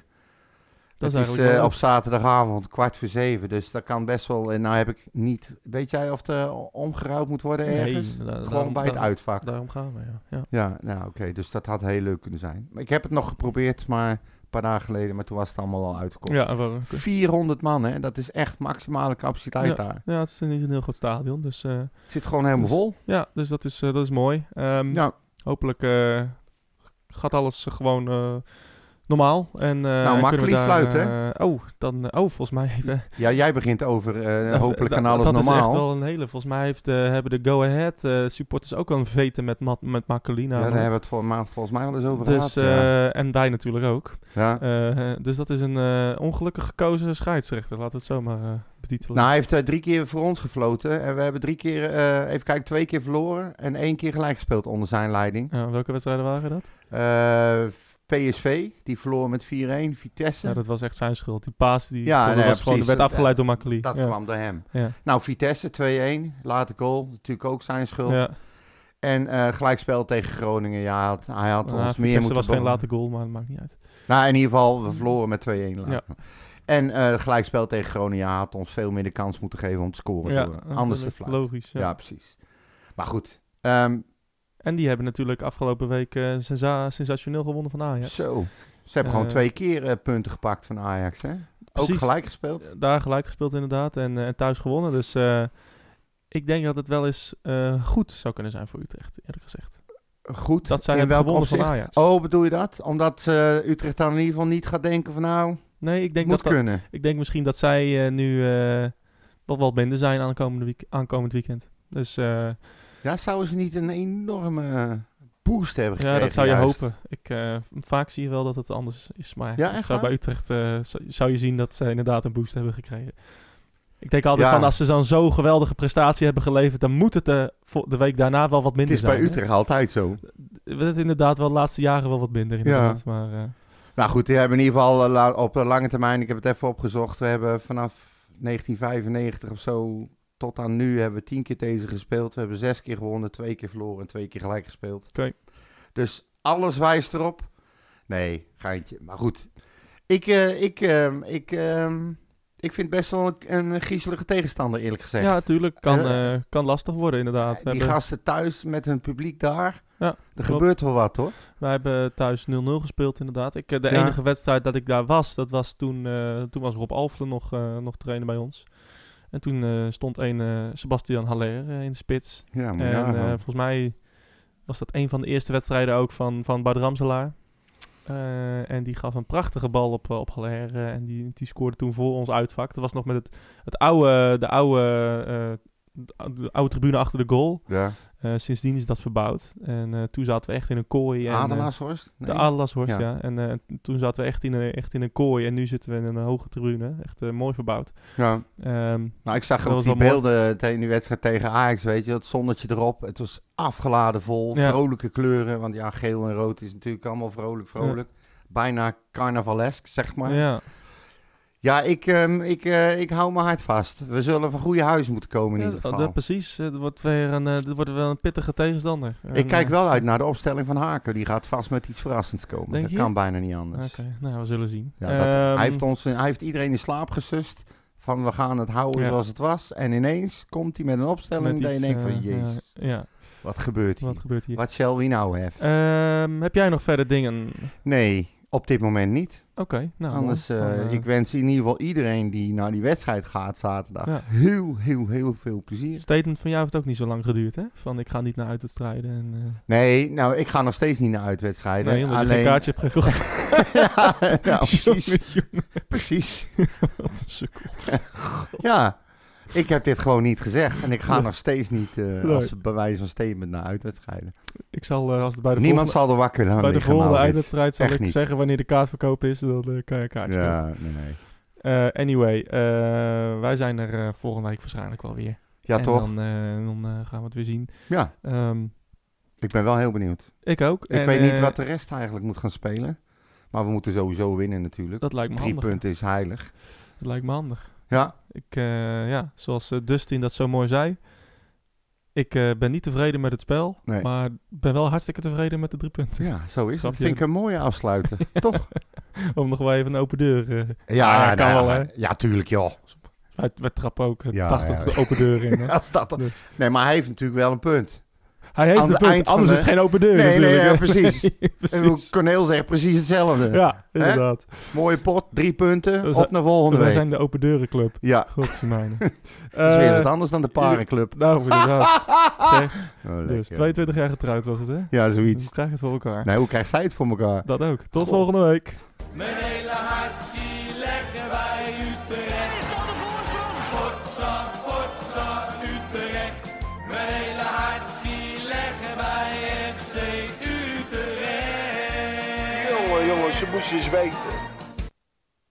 dat is uh, op zaterdagavond kwart voor zeven. Dus dat kan best wel, en nou heb ik niet, weet jij of er omgeruild moet worden ergens? Nee, da- Gewoon daarom, bij het da- uitvak. Daarom gaan we, ja. Ja, ja nou oké, okay, dus dat had heel leuk kunnen zijn. Ik heb het nog geprobeerd, maar... Een paar dagen geleden, maar toen was het allemaal al uitgekomen. Ja, wel, okay. vierhonderd man, hè? Dat is echt maximale capaciteit ja, daar. Ja, het is niet een heel groot stadion. Dus, uh, het zit gewoon helemaal dus, vol. Ja, dus dat is, uh, dat is mooi. Um, ja. Hopelijk uh, gaat alles uh, gewoon uh, normaal. En, uh, nou, makkelijk fluiten, hè? Uh, oh, dan, uh, oh, volgens mij... Uh, ja, jij begint over uh, hopelijk uh, kan alles dat normaal. Dat is echt wel een hele... Volgens mij heeft, uh, hebben de Go Ahead uh, supporters ook wel een veten met, mat, met Makkeli. Ja, daar hebben we het vol, maar, volgens mij wel eens over dus, gehad. Ja. Uh, en wij natuurlijk ook. Ja. Uh, dus dat is een uh, ongelukkig gekozen scheidsrechter. Laten we het zo maar uh, betitelen. Nou, hij heeft uh, drie keer voor ons gefloten. En we hebben drie keer, uh, even kijken, twee keer verloren. En één keer gelijk gespeeld onder zijn leiding. Ja, welke wedstrijden waren dat? Uh, P S V, die verloor met vier-een. Vitesse. Ja, dat was echt zijn schuld. Die paas die ja, nee, was precies. gewoon, werd afgeleid ja, door Makkeli. Dat ja. kwam door hem. Ja. Nou, Vitesse twee-een. Late goal. Natuurlijk ook zijn schuld. Ja. En uh, gelijkspel tegen Groningen. Ja, hij had, hij had nou, ons Vitesse meer moeten... was geen late goal, maar dat maakt niet uit. Nou, in ieder geval, we verloren met twee-een. Ja. En uh, gelijkspel tegen Groningen ja, had ons veel meer de kans moeten geven om te scoren. Ja, door anders te fluiten. Logisch. Ja. ja, precies. Maar goed. Um, en die hebben natuurlijk afgelopen week uh, sensa- sensationeel gewonnen van Ajax. Zo. Ze hebben uh, gewoon twee keer uh, punten gepakt van Ajax, hè? Precies. Ook gelijk gespeeld. Daar gelijk gespeeld inderdaad en, uh, en thuis gewonnen. Dus uh, ik denk dat het wel eens uh, goed zou kunnen zijn voor Utrecht, eerlijk gezegd. Goed? Dat zij hebben gewonnen opzicht? van Ajax. Oh, bedoel je dat? Omdat uh, Utrecht dan in ieder geval niet gaat denken van nou, nee, ik denk moet dat kunnen. Dat, ik denk misschien dat zij uh, nu uh, wat wat minder zijn aankomende week- aankomend weekend. Dus... Uh, ja, zouden ze niet een enorme... boost hebben gekregen. Ja, dat zou je juist. hopen. Ik, uh, vaak zie je wel dat het anders is. Maar ja, het zou bij Utrecht uh, zou, zou je zien dat ze inderdaad een boost hebben gekregen. Ik denk altijd ja. van als ze zo'n zo geweldige prestatie hebben geleverd, dan moet het uh, voor de week daarna wel wat minder zijn. Het is bij Utrecht hè? altijd zo. Het is inderdaad wel de laatste jaren wel wat minder. Inderdaad, ja. Maar, uh, nou goed, we hebben in ieder geval uh, la- op de lange termijn, ik heb het even opgezocht, we hebben vanaf negentien vijfennegentig of zo tot aan nu hebben we tien keer tegen gespeeld. We hebben zes keer gewonnen, twee keer verloren en twee keer gelijk gespeeld. Okay. Dus alles wijst erop. Nee, geintje. Maar goed, ik, uh, ik, uh, ik, uh, ik vind best wel een, een griezelige tegenstander, eerlijk gezegd. Ja, natuurlijk. Kan, uh, uh, kan lastig worden, inderdaad. Die we hebben... gasten thuis met hun publiek daar. Ja, er klopt. gebeurt wel wat, hoor. Wij hebben thuis nul nul gespeeld, inderdaad. Ik, de ja. enige wedstrijd dat ik daar was, dat was toen, uh, toen was Rob Alflen nog, uh, nog trainer bij ons. En toen uh, stond een uh, Sebastian Haller uh, in de spits. Ja, maar en ja, uh, volgens mij was dat een van de eerste wedstrijden ook van, van Bart Ramselaar. Uh, en die gaf een prachtige bal op, op Haller. Uh, en die, die scoorde toen voor ons uitvak. Dat was nog met het, het oude, de oude, uh, de oude tribune achter de goal. Ja. Uh, sindsdien is dat verbouwd. En uh, toen zaten we echt in een kooi. En, Adelaarshorst? Nee. De Adelaarshorst, ja. ja. En uh, toen zaten we echt in, een, echt in een kooi. En nu zitten we in een hoge tribune. Echt uh, mooi verbouwd. Ja. Um, nou, ik zag ook die beelden tegen die wedstrijd tegen Ajax, weet je. Het zonnetje erop. Het was afgeladen vol. Ja. Vrolijke kleuren. Want ja, geel en rood is natuurlijk allemaal vrolijk, vrolijk. Ja. Bijna carnavalesk, zeg maar. Ja. Ja, ik, um, ik, uh, ik hou mijn hart vast. We zullen van goede huis moeten komen in ja, ieder geval. Dat, precies. Het wordt weer een, uh, wordt wel een pittige tegenstander. Ik en, kijk uh, wel uit naar de opstelling van Haken. Die gaat vast met iets verrassends komen. Denk dat je? kan bijna niet anders. Oké, okay. Nou, we zullen zien. Ja, dat, um, hij, heeft ons, hij heeft iedereen in slaap gesust. Van we gaan het houden ja. zoals het was. En ineens komt hij met een opstelling. Met dat je denkt van uh, jezus. Uh, ja. Wat gebeurt hier? Wat gebeurt hier? Wat shall we now have? Um, heb jij nog verder dingen? Nee, op dit moment niet. Oké, okay, nou. Anders, uh, uh, ik wens in ieder geval iedereen die naar die wedstrijd gaat zaterdag ja. heel, heel, heel veel plezier. Het statement van jou heeft ook niet zo lang geduurd, hè? Van ik ga niet naar uitwedstrijden. En, uh... Nee, nou, ik ga nog steeds niet naar uitwedstrijden. Nee, omdat alleen... je geen kaartje hebt gekocht. ja, ja, precies. Jongen, jongen. Precies. Wat een sukkel. Ja. Ik heb dit gewoon niet gezegd en ik ga nee. nog steeds niet uh, nee. als bewijs van statement naar uitwedstrijden. Ik zal uh, als het bij de Niemand volgende, zal er wakker dan bij de volgende nou, uitwedstrijd zal ik niet. zeggen wanneer de kaartverkoop is, dan uh, kan je een kaartje ja, kopen. nee, nee. Uh, anyway, uh, wij zijn er uh, volgende week waarschijnlijk wel weer. Ja, en toch? Dan, uh, dan uh, gaan we het weer zien. Ja. Um, ik ben wel heel benieuwd. Ik ook. Ik en, weet uh, niet wat de rest eigenlijk moet gaan spelen. Maar we moeten sowieso winnen natuurlijk. Dat lijkt me Drie handig. punten is heilig. Dat lijkt me handig. Ja, Ik, uh, ja, zoals uh, Dustin dat zo mooi zei. Ik uh, ben niet tevreden met het spel, Nee. maar ben wel hartstikke tevreden met de drie punten. ja zo is het. Snap Dat je? vind ik een mooie afsluiter. Toch? Om nog wel even een open deur. Uh, Ja, ja, kan nou, wel, hè? Ja, tuurlijk, joh. wij, wij trappen ook uh, Ja, tachtig ja. de open deur in. Hè? Als dat dan- Dus. Nee, maar hij heeft natuurlijk wel een punt. Hij heeft Aan een het punt, eind van anders de- is het geen open deur Nee, nee, natuurlijk. ja, hè? precies. Nee, En precies. Corneel zegt precies hetzelfde. Ja, inderdaad. Mooie pot, drie punten, We op zijn- naar volgende Wij week. zijn de open deurenclub. Ja, Godsmijne. dat is weer Eh, wat anders dan de parenclub. Nou, inderdaad. Zeg, Oh, dus lekker. tweeëntwintig jaar getrouwd was het, hè? Ja, Dan zoiets. krijg je het voor elkaar. Nee, hoe krijgt zij het voor elkaar? Dat ook. Tot Goh. volgende week. Mijn hele hart zie leggen wij Utrecht. Is dat de voorsprong? Potsa, potsa, Utrecht. Mijn hele hart zie leggen wij F C Utrecht. Jongen, jongens, ze moesten eens weten.